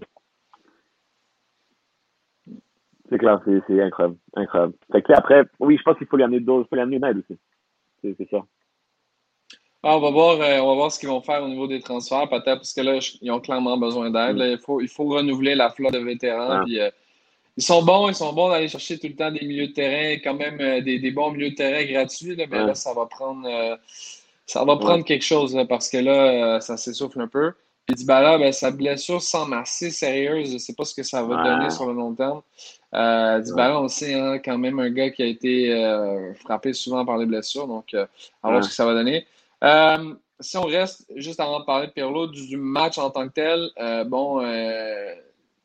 c'est clair, c'est, c'est incroyable, incroyable. Fait que là, après, oui, je pense qu'il faut lui amener d'autres, il faut lui amener une aide aussi. C'est, c'est ça. Ah, on va voir, euh, on va voir ce qu'ils vont faire au niveau des transferts, peut-être, parce que là, je- ils ont clairement besoin d'aide. Mm. Là. Il faut, il faut renouveler la flotte de vétérans. Ouais, Puis, euh, ils sont bons, ils sont bons d'aller chercher tout le temps des milieux de terrain, quand même euh, des, des bons milieux de terrain gratuits, là, mais ouais, là, ça va prendre, euh, ça va ouais, prendre quelque chose là, parce que là, euh, ça s'essouffle un peu. Puis Dybala, ben, sa blessure semble assez sérieuse. Je ne sais pas ce que ça va donner ouais, sur le long terme. Euh, ouais, Dybala, on le sait, hein, quand même un gars qui a été euh, frappé souvent par les blessures. Donc, euh, à voir ouais, ce que ça va donner. Euh, si on reste juste avant de parler de Pirlo, du, du match en tant que tel, euh, bon, euh,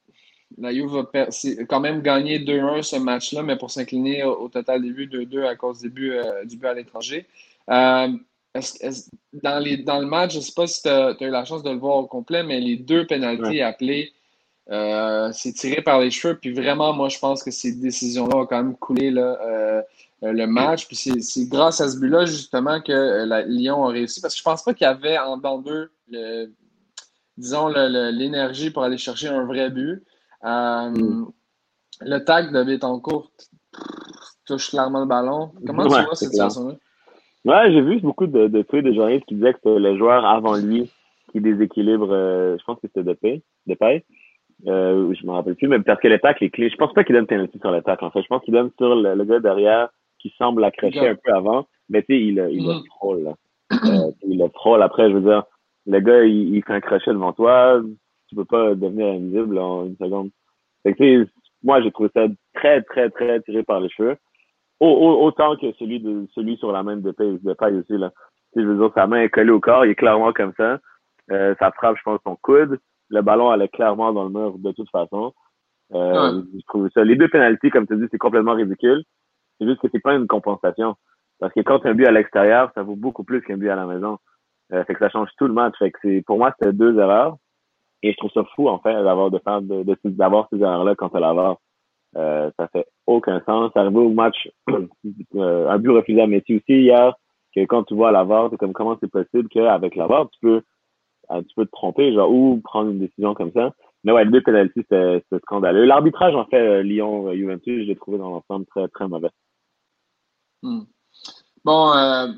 la Juve a per- c'est quand même gagné deux un ce match-là, mais pour s'incliner au, au total des buts deux deux à cause des buts, euh, du but à l'étranger. Euh, est-ce- est-ce- dans les, dans le match, je ne sais pas si tu as, eu la chance de le voir au complet, mais les deux ouais. pénaltys appelés, euh, c'est tiré par les cheveux. Puis vraiment, moi, je pense que ces décisions-là ont quand même coulé là, euh, euh, le match. Puis c'est c'est grâce à ce but-là, justement, que euh, la, Lyon a réussi. Parce que je pense pas qu'il y avait en dedans d'eux le, disons, le- le- l'énergie pour aller chercher un vrai but. Mm. Euh, le tag de Betancourt touche clairement le ballon. Comment tu Ouais, vois c'est cette clair. situation-là? Ouais, j'ai vu beaucoup de, de tweets de journalistes qui disaient que c'était le joueur avant lui qui déséquilibre, euh, je pense que c'était Depay, Depay. Euh, je me rappelle plus, mais parce que le tacle est clé. Je pense pas qu'il donne penalty sur le tacle, en fait. Je pense qu'il donne sur le, le gars derrière qui semble accrocher un Gars. peu avant. Mais tu sais, il, a- il le Mhm. frôle, là. Euh, il le frôle. Après, je veux dire, le gars, il, il fait un crochet devant toi. Tu peux pas devenir invisible en une seconde. Fait que, tu sais, moi, j'ai trouvé ça très, très, très tiré par les cheveux. Au- au- autant que celui de celui sur la main de Depay, Depay aussi, là. Tu sais, je veux dire, sa main est collée au corps, il est clairement comme ça. Euh, ça frappe, je pense, son coude. Le ballon allait clairement dans le mur de toute façon. Ouais. Euh, je trouve ça. Les deux pénaltys, comme tu dis, c'est complètement ridicule. C'est juste que c'est pas une compensation. Parce que quand tu as un but à l'extérieur, ça vaut beaucoup plus qu'un but à la maison. Euh, fait que ça change tout le match. Fait que c'est, pour moi, c'était deux erreurs. Et je trouve ça fou, en fait, d'avoir, de faire, de, de- d'avoir ces erreurs-là quand t'as la V A R. Euh, ça fait aucun sens. Arrivé au match, euh, un but refusé à Messi aussi hier, que quand tu vois la V A R, c'est comme comment c'est possible qu'avec la V A R, tu peux, euh, tu peux te tromper, genre, ou prendre une décision comme ça. Mais ouais, le deux penalty, c'est, c'est scandaleux. L'arbitrage, en fait, euh, Lyon-Juventus, je l'ai trouvé dans l'ensemble très, très mauvais. Hmm. Bon, euh,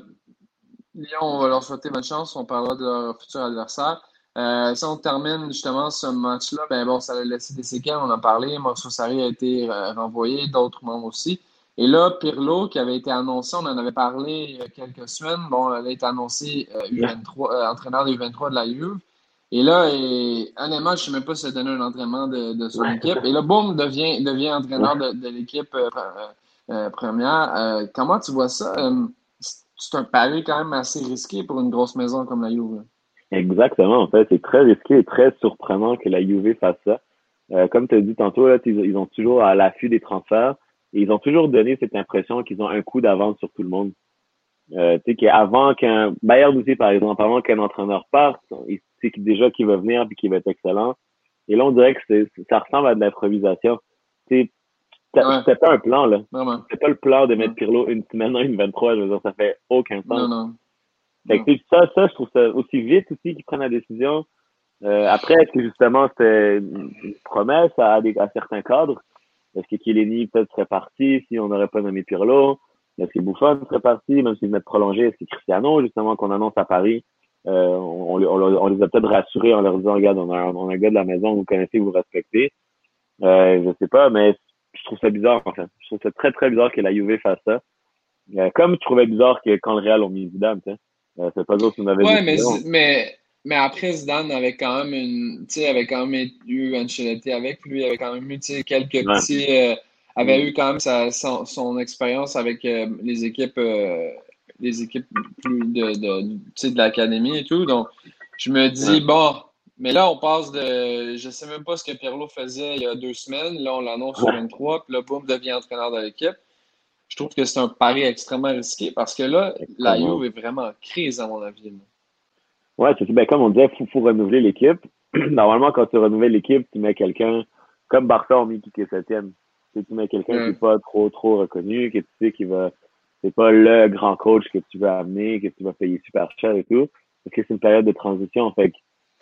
Lyon, on va leur souhaiter bonne chance. On parlera de leur futur adversaire. Euh, si on termine justement ce match-là, ben bon, ça a laissé des séquelles, on en a parlé. Maurizio Sarri a été euh, renvoyé, d'autres membres aussi. Et là, Pirlo, qui avait été annoncé, on en avait parlé il y a quelques semaines. Bon, elle a été annoncé euh, U vingt-trois, euh, entraîneur de U vingt-trois de la Juve. Et là, et, honnêtement, je ne sais même pas si ça a donné un entraînement de, de son équipe. Et là, boum, devient, devient entraîneur de, de l'équipe euh, euh, première. Euh, comment tu vois ça? Euh, c'est un pari quand même assez risqué pour une grosse maison comme la Juve. Exactement, en fait. C'est très risqué et très surprenant que la Juve fasse ça. Euh, comme tu as dit tantôt, là, ils, ils ont toujours à l'affût des transferts et ils ont toujours donné cette impression qu'ils ont un coup d'avance sur tout le monde. Euh, tu sais, qu'avant qu'un Bayern aussi, par exemple, avant qu'un entraîneur parte, il sait déjà qu'il va venir et qu'il va être excellent. Et là, on dirait que c'est, ça ressemble à de l'improvisation. Tu sais, Ouais, c'était pas un plan, là. vraiment. C'était pas le plan de mettre Non, Pirlo une semaine, une vingt-trois, je veux dire, ça fait aucun non, sens. non. Fait que, non. tu sais, ça, ça, je trouve ça aussi vite aussi qu'ils prennent la décision. Euh, après, est-ce que justement c'était une une promesse à, des, à certains cadres? Est-ce que Chiellini peut-être serait parti si on n'aurait pas nommé Pirlo? Est-ce que Buffon serait parti, même s'ils venaient de prolonger? Est-ce que Cristiano, justement, qu'on annonce à Paris, euh, on, on, on, on les a peut-être rassurés en leur disant, regarde, on a, un, on a un gars de la maison, vous connaissez, vous respectez. Euh, je sais pas, mais je trouve ça bizarre, en fait. Je trouve ça très, très bizarre que la Juve fasse ça. Euh, comme je trouvais bizarre que quand le Real ont mis Zidane, tu sais. Euh, c'est pas d'autre une mauvaise Ouais, mais, décision. mais, mais après, Zidane avait quand même une, tu sais, avait quand même eu Ancelotti avec lui, avait quand même eu, tu sais, quelques Ouais. petits, euh, avait Mm. eu quand même sa, son, son expérience avec euh, les équipes, euh, les équipes plus de, de, tu sais, de l'académie et tout. Donc, je me dis, Ouais. bon, mais là, on passe de, je sais même pas ce que Pirlo faisait il y a deux semaines. Là, on l'annonce au Ouais. vingt-trois, puis là, boum, devient entraîneur de l'équipe. Je trouve que c'est un pari extrêmement risqué parce que là, la Extrêmement. Juve est vraiment en crise, à mon avis. Là. Ouais, c'est ben, comme on disait, faut, faut renouveler l'équipe. Normalement, quand tu renouvelles l'équipe, tu mets quelqu'un, comme Barça ont mis qui est septième. Tu sais, tu mets quelqu'un qui Ouais. est pas trop, trop reconnu, que tu sais qui va, c'est pas le grand coach que tu veux amener, que tu vas payer super cher et tout. Parce que c'est une période de transition. Fait que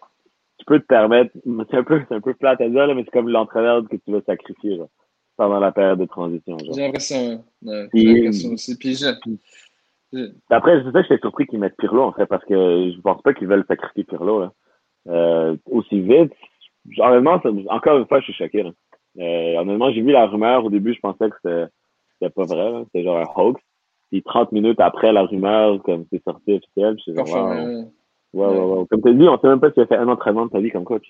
tu peux te permettre, c'est un peu, c'est un peu plate à dire, là, mais c'est comme l'entraîneur que tu vas sacrifier, là, pendant la période de transition, genre. J'ai l'impression, ouais, j'ai l'impression Puis, aussi. Puis je, je- après, c'est ça que j'étais surpris qu'ils mettent Pirlo, en fait, parce que je pense pas qu'ils veulent sacrifier Pirlo, là. Euh, aussi vite. Honnêtement, ça- encore une fois, je suis choqué, là. Euh, honnêtement, j'ai vu la rumeur. Au début, je pensais que c'était, c'était pas vrai, là. C'était genre un hoax. Puis trente minutes après la rumeur, comme c'est sorti officiel, je suis genre, confirmé, wow. ouais. Wow, Ouais. wow, wow. Comme tu as dit, on sait même pas si tu as fait un entraînement de ta vie comme coach.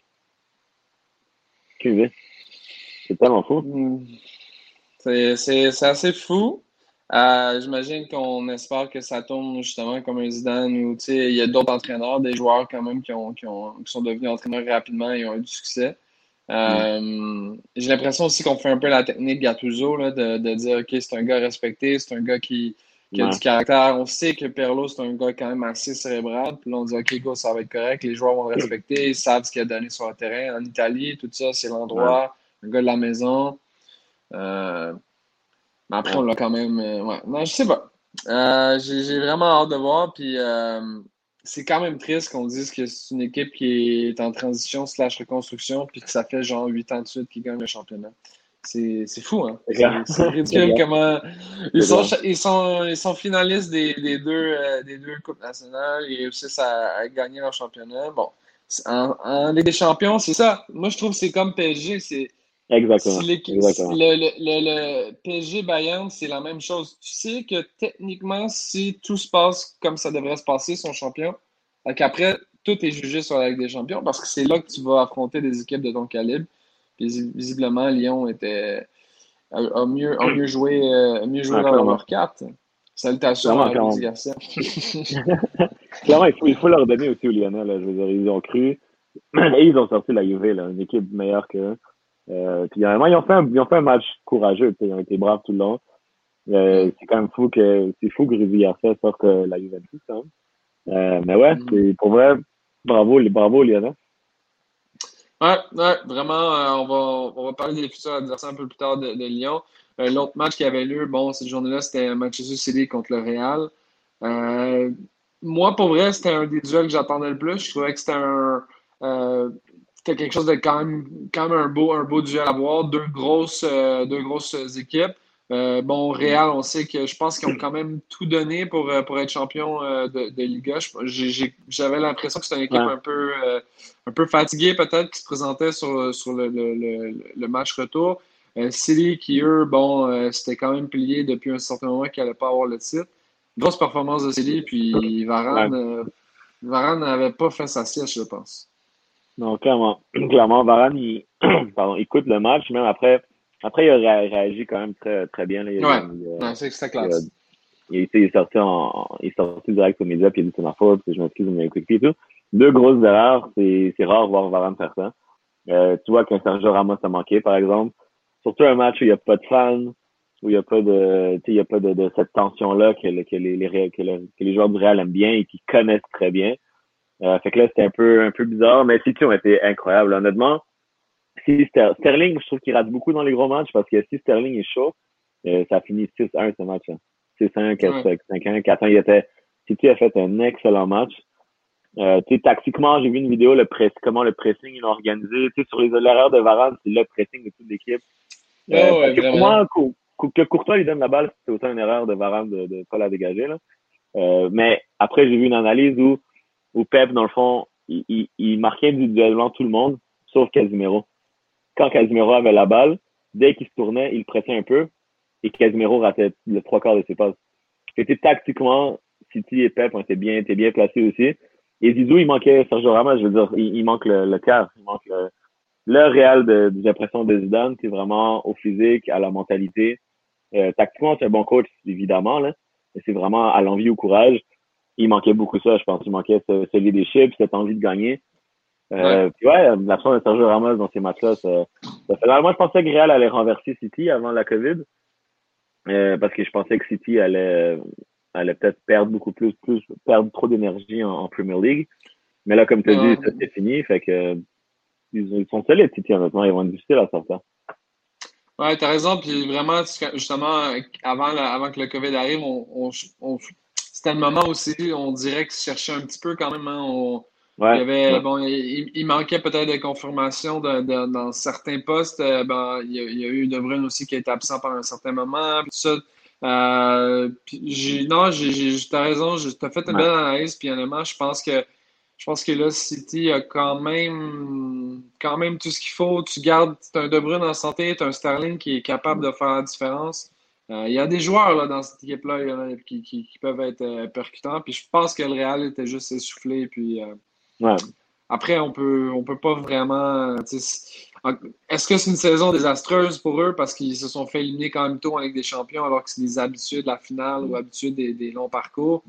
Aucune idée. C'est tellement fou. Hmm. C'est, c'est, c'est assez fou. Euh, j'imagine qu'on espère que ça tourne justement comme un Zidane ou tu sais, il y a d'autres entraîneurs, des joueurs quand même qui ont, qui ont, qui sont devenus entraîneurs rapidement et ont eu du succès. Mm. Euh, j'ai l'impression aussi qu'on fait un peu la technique Gattuso là, de, de dire OK, c'est un gars respecté, c'est un gars qui, qui a du Ouais. caractère. On sait que Pirlo, c'est un gars quand même assez cérébral. Puis là, on dit OK, go, ça va être correct. Les joueurs vont le respecter, ils savent ce qu'il a donné sur le terrain. En Italie, tout ça, c'est Ouais. l'endroit, un gars de la maison. Euh, mais après, Ouais. on l'a quand même. Euh, ouais. Non, je sais pas. Euh, j'ai, j'ai vraiment hâte de voir. Puis euh, c'est quand même triste qu'on dise que c'est une équipe qui est en transition slash reconstruction, puis que ça fait genre huit ans de suite qu'ils gagnent le championnat. C'est, c'est fou, hein? C'est C'est, clair. c'est C'est ridicule clair. comment. Ils C'est sont, clair. cha- ils sont, ils sont finalistes des, des deux, euh, des deux Coupes nationales. Ils réussissent à, à gagner leur championnat. Bon. C'est- En, en Ligue des Champions, c'est ça. Moi, je trouve que c'est comme P S G. C'est, si Exactement. l'équi- si Exactement. le, le, le, le P S G Bayern, c'est la même chose. Tu sais que techniquement, si tout se passe comme ça devrait se passer, ils sont champions. Fait qu'après, tout est jugé sur la Ligue des Champions parce que c'est là que tu vas affronter des équipes de ton calibre. Puis visiblement, Lyon était, a, a mieux, a mieux joué, euh, a mieux joué Ouais, leur, clairement. leur carte. Salutations Clairement, à Rudy clairement. Garcia. Clairement, il faut, il faut leur donner aussi aux Lyonnais, là. Je veux dire, ils ont cru. Et ils ont sorti la Juve, là, une équipe meilleure qu'eux. Euh, puis, vraiment, ils ont fait un, ils ont fait un match courageux, tu sais, ils ont été braves tout le long. Euh, Mm. c'est quand même fou que c'est fou que Rudy Garcia sorte euh, la Juventus, quand même. Euh, mais ouais, Mm. c'est pour vrai, bravo, bravo Lionel. Ouais, ouais, vraiment, euh, on va, on va parler des futurs adversaires un peu plus tard de, de Lyon. Euh, l'autre match qui avait lieu, bon, cette journée-là, c'était Manchester City contre le Real. Euh, Moi, pour vrai, c'était un des duels que j'attendais le plus. Je trouvais que c'était un, euh, c'était quelque chose de quand même, quand même un beau, un beau duel à voir. Deux grosses, euh, deux grosses équipes. Euh, bon, Real, on sait que je pense qu'ils ont quand même tout donné pour, euh, pour être champion euh, de, de Liga. Je- j'ai- j'ai- J'avais l'impression que c'était une équipe Ouais. un peu, euh, un peu fatiguée peut-être qui se présentait sur, sur le, le, le, le match retour. Euh, City qui, eux, bon, euh, c'était quand même plié depuis un certain moment qu'ils n'allaient pas avoir le titre. Grosse performance de City, puis Ouais. Varane, euh, Varane n'avait pas fait sa sieste, je pense. Non, clairement. Clairement, Varane, il, pardon, il coûte le match, même après, après, il a ré- réagi quand même très, très bien, là. Il, Ouais, il, non, c'est c'était il, a- classe. il, il est sorti en, il est sorti direct aux médias, puis il a dit c'est ma faute, puis je m'excuse de mes quick et tout. Deux grosses erreurs, c'est, c'est rare de voir Varane faire ça. Euh, tu vois qu'un Sergio Ramos a manqué, par exemple. Surtout un match où il n'y a pas de fans, où il n'y a pas de, tu sais, il y a pas de, de cette tension-là que, le- que les, les, Ré- que, le- que les joueurs du Real aiment bien et qui connaissent très bien. Euh, fait que là, c'était un peu, un peu bizarre, mais City ont été incroyables. Honnêtement, si Ster- Sterling, je trouve qu'il rate beaucoup dans les gros matchs parce que si Sterling est chaud, euh, ça finit six un ce match. six un, Ouais. cinq un, quatre un. Il était, City a fait un excellent match. Euh, tu sais, tactiquement, j'ai vu une vidéo, le press, comment le pressing ils l'ont organisé. Tu sais, sur les l'erreur de Varane, c'est le pressing de toute l'équipe. Euh, Oh, ouais, parce que pour vraiment. moi, Cou- Cou- que Courtois lui donne la balle, c'est autant une erreur de Varane de ne pas la dégager. Là. Euh, mais après, j'ai vu une analyse où, où Pep, dans le fond, il, il, il marquait individuellement tout le monde, sauf Casemiro. Quand Casemiro avait la balle, dès qu'il se tournait, il pressait un peu et Casemiro ratait le trois quarts de ses passes. C'était tactiquement, City et Pep ont été bien, étaient bien placés aussi. Et Zizou, il manquait Sergio Ramos, je veux dire, il, il manque le, le quart, il manque le, le Real de, j'ai l'impression de Zidane, c'est vraiment au physique, à la mentalité. Euh, tactiquement, c'est un bon coach, évidemment, là, mais c'est vraiment à l'envie, au courage. Il manquait beaucoup ça, je pense. Il manquait ce, ce leadership, cette envie de gagner. Ouais. Euh, puis ouais, l'absence de Sergio Ramos dans ces matchs-là, ça, ça fait mal. Moi, je pensais que Real allait renverser City avant la COVID, euh, parce que je pensais que City allait, allait peut-être perdre beaucoup plus, plus perdre trop d'énergie en, en Premier League. Mais là, comme tu as dit, ça Ouais. c'est fini, fait que ils, ils sont solides, City, honnêtement, ils vont être difficiles à sortir. Ouais, t'as raison. Puis vraiment, tu- justement, avant, la- avant que le COVID arrive, on, on- on- c'était le moment aussi, on dirait qu'ils se cherchaient un petit peu quand même. Hein. On- il y Ouais, avait, ouais, bon, il, il manquait peut-être de confirmation de- de- dans certains postes. Euh, Ben, il y a, il y a eu De Bruyne aussi qui a été absent pendant un certain moment. Puis tout ça. Euh, puis j'ai, non, j'ai, j'ai- t'as raison, j'ai- t'as fait une ouais, belle analyse. Puis honnêtement, je pense que je pense que là, City a quand même, quand même tout ce qu'il faut. Tu gardes, tu as un De Bruyne en santé, tu as un Sterling qui est capable de faire la différence. Euh, il y a des joueurs là, dans cette équipe-là il y en a qui, qui- qui peuvent être euh, percutants. Puis je pense que le Real était juste essoufflé. Puis euh, ouais. après, on peut, on peut pas vraiment. tu sais, Est-ce que c'est une saison désastreuse pour eux parce qu'ils se sont fait éliminer quand même tôt en Ligue des Champions alors que c'est des habitués de la finale ou habitués des, des longs parcours?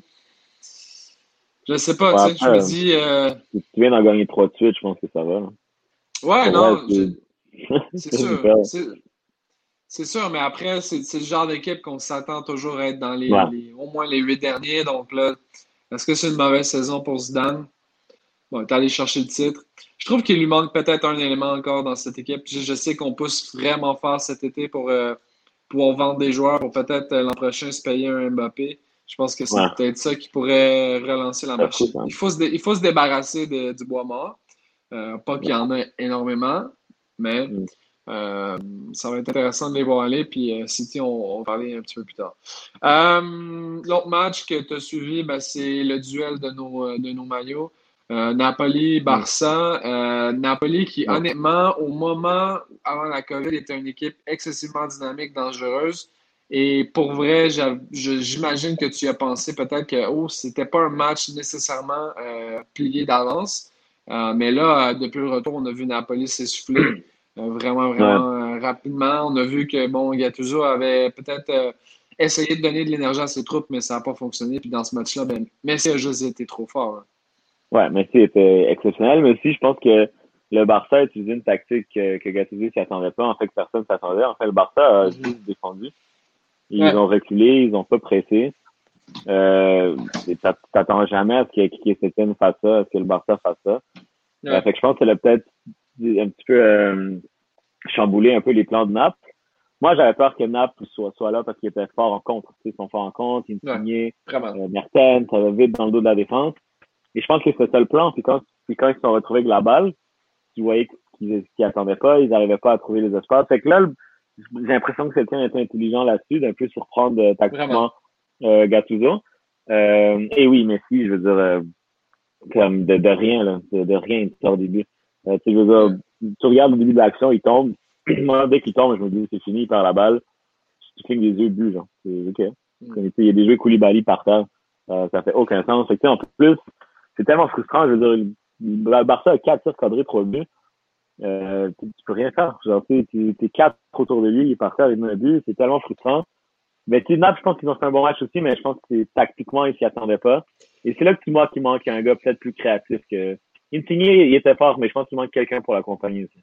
Je sais pas, Ouais, tu sais. après, Je me euh, dis. euh, si tu viens d'en gagner trois de suite, je pense que ça va. Hein. Ouais, Pour vrai, non, c'est, je- c'est c'est sûr. super. C'est c'est sûr, mais après, c'est c'est le genre d'équipe qu'on s'attend toujours à être dans les, Ouais, les- au moins les huit derniers. Donc là, est-ce que c'est une mauvaise saison pour Zidane? Bon, il est allé chercher le titre. Je trouve qu'il lui manque peut-être un élément encore dans cette équipe. Je, je sais qu'on pousse vraiment fort cet été pour euh, pouvoir vendre des joueurs pour peut-être euh, l'an prochain se payer un Mbappé. Je pense que c'est ouais, peut-être ça qui pourrait relancer la ça coûte, machine. hein. Il faut se, dé- il faut se débarrasser de- du bois mort. Euh, pas qu'il y en a énormément, mais Mm. euh, ça va être intéressant de les voir aller. Puis euh, City, on, on va parler un petit peu plus tard. Euh, l'autre match que tu as suivi, ben, c'est le duel de nos, euh, de nos maillots. Euh, Mm. Napoli-Barça. Euh, Napoli qui, Ouais, honnêtement, au moment avant la COVID, était une équipe excessivement dynamique, dangereuse. Et pour vrai, j'av- je- j'imagine que tu y as pensé peut-être que oh, c'était pas un match nécessairement euh, plié d'avance. Euh, mais là, euh, depuis le retour, on a vu Napoli s'essouffler euh, vraiment, ouais. vraiment euh, rapidement. On a vu que bon, Gattuso avait peut-être euh, essayé de donner de l'énergie à ses troupes, mais ça n'a pas fonctionné. Puis dans ce match-là, ben, Messi a juste été trop fort. Hein. Ouais, Messi était exceptionnel, mais aussi, je pense que le Barça a utilisé une tactique que, que Gattuso s'y attendait pas, en fait, que personne s'attendait. En fait, le Barça a Mhm. juste défendu. Ils Ouais. ont reculé, ils ont pas pressé. Euh, et t'a- t'attends jamais à ce que qui Setien fasse ça, à ce que le Barça fasse ça. Ouais. Euh, fait que je pense que ça a peut-être un petit peu euh, chamboulé un peu les plans de Naples. Moi, j'avais peur que Naples soit, soit là parce qu'il était fort en contre. Tu sais, ils sont forts en contre, Ouais. Insigne, Vraiment. euh, Mertens, ça va vite dans le dos de la défense. Et je pense que c'était ça le plan. Puis quand, puis quand ils se sont retrouvés avec la balle, tu voyais qu'ils qu'ils attendaient pas, ils n'arrivaient pas à trouver les espaces. Fait que là, le- j'ai l'impression que quelqu'un était intelligent là-dessus, d'un peu surprendre euh, Vraiment. tactiquement euh, Gattuso. Euh, et oui, Messi, je veux dire, euh, comme de, de rien, là, de, de rien, il sort au début. Euh, tu sais, je veux dire, tu regardes au début de l'action, il tombe. Moi, dès qu'il tombe, je me dis, c'est fini, il perd la balle. Tu clignes des yeux, but, genre. C'est OK. Mm. Tu sais, il y a des jeux Koulibaly par terre. Euh, ça fait aucun sens. Fait que, tu sais, en plus, c'est tellement frustrant. Je veux dire, le Barça a quatre tirs cadrés, trois buts. Euh, tu, tu peux rien faire. Genre, tu sais, t'es quatre autour de lui, il est par terre, il met un but. C'est tellement frustrant. Mais tu sais, Naples, je pense qu'ils ont fait un bon match aussi, mais je pense que c'est, tactiquement, ils s'y attendaient pas. Et c'est là que tu vois qu'il manque un gars peut-être plus créatif que. Insigne, il était fort, mais je pense qu'il manque quelqu'un pour l'accompagner aussi.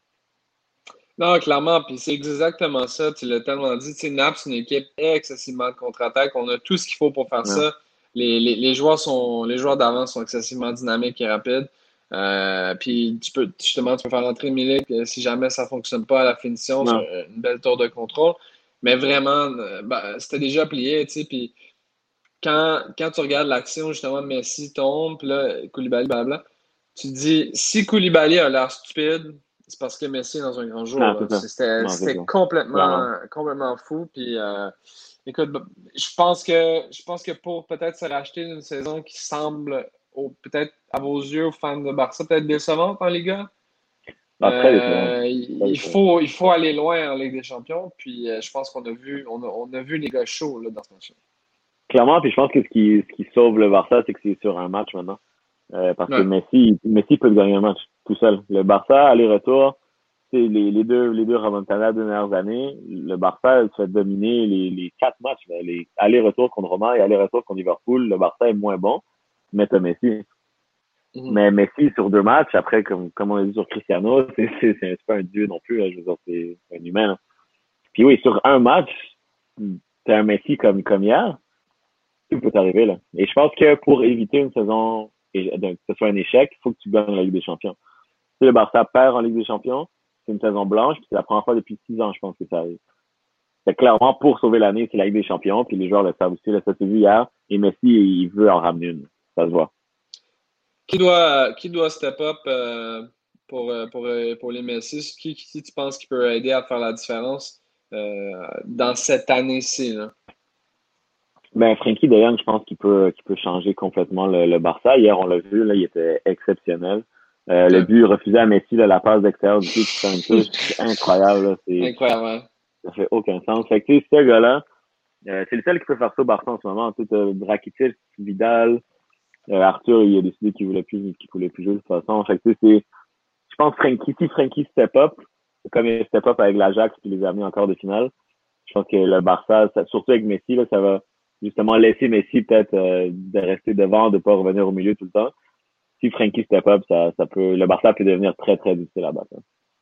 Non, clairement, puis c'est exactement ça. Tu l'as tellement dit. Tu sais, Naples, c'est une équipe excessivement de contre-attaque. On a tout ce qu'il faut pour faire Ouais. ça. Les, les, les joueurs sont, les joueurs d'avant sont excessivement dynamiques et rapides. Euh, puis tu peux justement, tu peux faire rentrer Milik euh, si jamais ça fonctionne pas à la finition sur Ouais. euh, une belle tour de contrôle. Mais vraiment, euh, ben, c'était déjà plié, tu sais. Puis quand, quand tu regardes l'action, justement, Messi tombe, puis là, Koulibaly, blablabla, tu te dis, si Koulibaly a l'air stupide, c'est parce que Messi est dans un grand jour. Non, Là. c'est ça. C'était, Non, c'est c'était ça. Clairement. complètement, complètement fou. Puis, euh, écoute, je pense que, je pense que pour peut-être se racheter une saison qui semble, au- peut-être à vos yeux, aux fans de Barça, peut-être décevante en Liga, Ah, très décevant. euh, Très il décevant. faut, il faut aller loin en Ligue des Champions. Puis, euh, je pense qu'on a vu, on a, on a vu les gars chauds là, dans ce match. Clairement, puis je pense que ce qui, ce qui sauve le Barça, c'est que c'est sur un match maintenant. Euh, parce que Ouais. Messi, Messi peut gagner un match tout seul. Le Barça, aller-retour, c'est les, les deux, les deux remontadas des dernières années. Le Barça se fait dominer les, les quatre matchs, là. Les aller-retour contre Roma et aller-retour contre Liverpool. Le Barça est moins bon, mais t'as Messi. Mhm. Mais Messi sur deux matchs, après, comme, comme on a dit sur Cristiano, c'est, c'est, c'est pas un dieu non plus, là. Je veux dire, c'est un humain, là. Puis oui, sur un match, t'as un Messi comme, comme hier, tout peut arriver, là. Et je pense que pour éviter une saison, et, que ce soit un échec, il faut que tu gagnes la Ligue des Champions. Si le Barça perd en Ligue des Champions, c'est une saison blanche, puis c'est la première fois depuis six ans, je pense que ça arrive. C'est clairement pour sauver l'année, c'est la Ligue des Champions, puis les joueurs le savent aussi, là, ça s'est vu hier, et Messi, il veut en ramener une. Ça se voit. Qui doit, qui doit step up euh, pour, euh, pour, euh, pour les Messi? Qui, qui tu penses qui peut aider à faire la différence euh, dans cette année-ci, là? Ben, Frenkie de Jong, je pense qu'il peut, qu'il peut changer complètement le, le Barça. Hier, on l'a vu, là, il était exceptionnel. Euh, le Ouais. but refusé à Messi, là, la passe d'extérieur du pied qui fait une touche, c'est incroyable, là, c'est, Incroyable, hein? ça fait aucun sens. Fait que, tu sais, ce gars-là, euh, c'est le seul qui peut faire ça au Barça en ce moment. Tu sais, t'as Rakitic, Vidal, euh, Arthur, il a décidé qu'il voulait plus, qu'il voulait plus jouer de toute façon. Fait que, tu sais, c'est, je pense Frenkie, si Frenkie step up, comme il step up avec l'Ajax qui les a amenés encore de finale, je pense que le Barça, ça, surtout avec Messi, là, ça va justement laisser Messi peut-être euh, de rester devant, de pas revenir au milieu tout le temps. Si Frenkie step up, ça, ça peut, le Barça peut devenir très, très difficile à battre.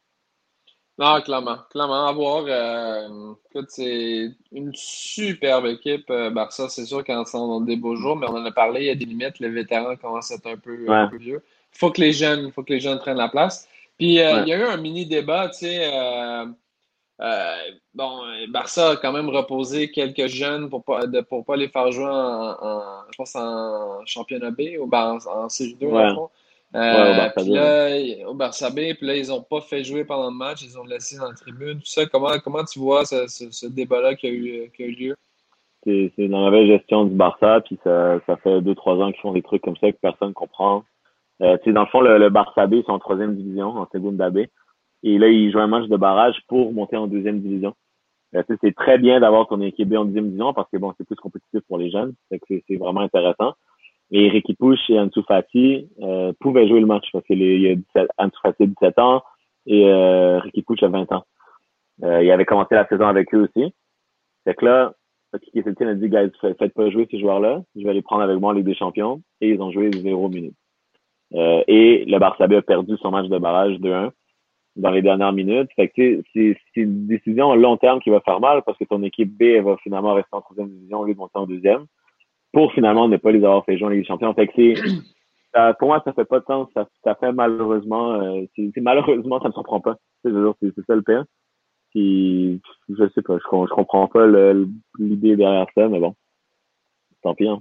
Non, clairement. Clairement, à voir. Euh, écoute, c'est une superbe équipe, euh, Barça. C'est sûr qu'en sont des beaux jours, mais on en a parlé, il y a des limites. Les vétérans commencent à être un peu, un Ouais, peu vieux. Il faut que les jeunes, faut que les jeunes prennent la place. Puis, euh, ouais, il y a eu un mini débat, tu sais. Euh, Euh, bon, Barça a quand même reposé quelques jeunes pour pas, de, pour pas les faire jouer en, en- je pense en championnat B ou ben, en, en C deux dans le ouais, fond. ouais, au Euh, Barça puis deux, ouais. là, au Barça B, puis là, ils ont pas fait jouer pendant le match, ils ont laissé dans la tribune, tout ça. Comment, comment tu vois ce, ce, ce débat-là qui a eu, qui a eu lieu? C'est, c'est dans la mauvaise gestion du Barça, puis ça, ça fait deux, trois ans qu'ils font des trucs comme ça que personne comprend. Euh, tu sais, dans le fond, le, le Barça B, ils sont en troisième division, en Segunda B. Et là, ils jouent un match de barrage pour monter en deuxième division. Euh, tu sais, c'est très bien d'avoir ton équipe B en deuxième division parce que bon, c'est plus compétitif pour les jeunes. Fait que c'est, c'est vraiment intéressant. Et Ricky Push et Ansu Fati euh, pouvaient jouer le match parce que les, il y a dix-sept, Ansu Fati a dix-sept ans et euh, Ricky Push a vingt ans. Euh, il avait commencé la saison avec eux aussi. Fait que là, Kiki Setien a dit, guys, faites pas jouer ces joueurs-là. Je vais les prendre avec moi en Ligue des Champions. Et ils ont joué zéro minute. Euh, et le Barça B a perdu son match de barrage deux un. dans les dernières minutes. Fait que tu sais, c'est, c'est une décision à long terme qui va faire mal parce que ton équipe B elle va finalement rester en troisième division au lieu de monter en deuxième pour finalement ne pas les avoir fait jouer en Ligue des Champions. Fait que c'est, ça, pour moi, ça fait pas de sens. Ça, ça fait malheureusement, euh, c'est, c'est malheureusement, ça me surprend pas. C'est, c'est, c'est ça le pire. Puis, je sais pas, je, je comprends pas le, l'idée derrière ça, mais bon, tant pis. Hein.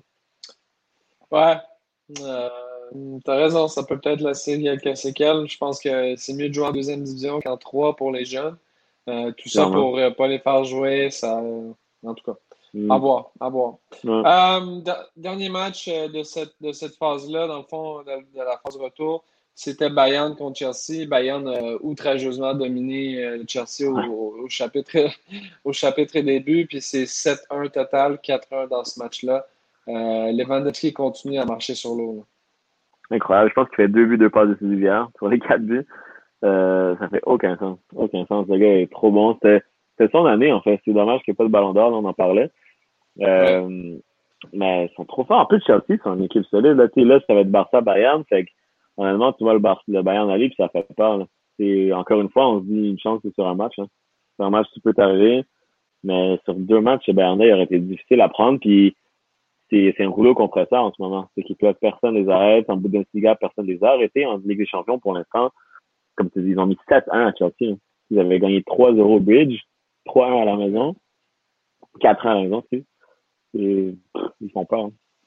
Ouais. Euh, t'as raison, ça peut peut-être laisser quelques séquelles. Je pense que c'est mieux de jouer en deuxième division qu'en trois pour les jeunes. Euh, tout ça Clairement. pour euh, pas les faire jouer, ça, euh, en tout cas, à Mm. voir, à voir. Ouais. Euh, da- dernier match euh, de cette, de cette phase-là, dans le fond, de, de la phase retour, c'était Bayern contre Chelsea. Bayern a outrageusement dominé euh, Chelsea au, Ouais. au, au chapitre, au chapitre début, puis c'est sept un total, quatre un dans ce match-là. Euh, Lewandowski continue à marcher sur l'eau. Là. Incroyable. Je pense qu'il fait deux buts, deux passes décisives hier sur les quatre buts. Euh, ça fait aucun sens. Aucun sens. Le gars est trop bon. C'était, c'était son année, en fait. C'est dommage qu'il n'y ait pas de ballon d'or, là, on en parlait. Ouais. Euh, mais ils sont trop forts. En plus, Chelsea, c'est une équipe solide. Là, là ça va être Barça-Bayern. Fait que, honnêtement, tu vois le, Bar- le Bayern aller, puis ça fait peur. Là. C'est, encore une fois, on se dit une chance que sur un match. Hein. Sur un match, tu peux t'arriver. Mais sur deux matchs, chez Bayern, il aurait été difficile à prendre. Puis c'est, c'est un rouleau compresseur en ce moment. C'est qu'ils peuvent, personne les arrête. En bout d'un cigare, personne les a arrêtés en Ligue des Champions pour l'instant. Comme tu dis, ils ont mis sept un à Chelsea. Hein. Ils avaient gagné trois zéro au Bridge, trois un à la maison, quatre un à la maison, tu sais. Et, pff, ils font peur. Hein.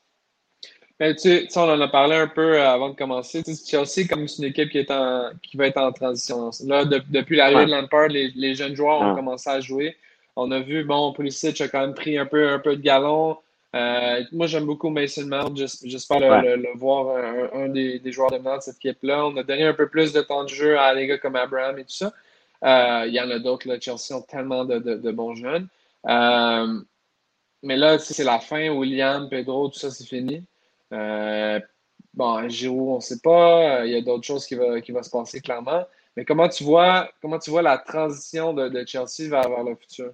Mais tu sais, tu sais, on en a parlé un peu euh, avant de commencer. Tu sais, Chelsea, comme c'est une équipe qui est en, qui va être en transition. Là, de- depuis l'arrivée Ouais. de Lampard, les, les jeunes joueurs ont Ouais. commencé à jouer. On a vu, bon, Pulisic a quand même pris un peu, un peu de galon. Euh, moi, j'aime beaucoup Mason Mount. J'es- J'espère le, Ouais. le- le voir un, un des, des joueurs de de cette équipe-là. On a donné un peu plus de temps de jeu à des gars comme Abraham et tout ça. Euh, il y en a d'autres, là. Chelsea ont tellement de, de, de bons jeunes. Euh, mais là, c'est la fin. William, Pedro, tout ça, c'est fini. Euh, bon, Giroud, on ne sait pas. Il y a d'autres choses qui vont qui va se passer clairement. Mais comment tu vois, comment tu vois la transition de, de Chelsea vers, vers le futur?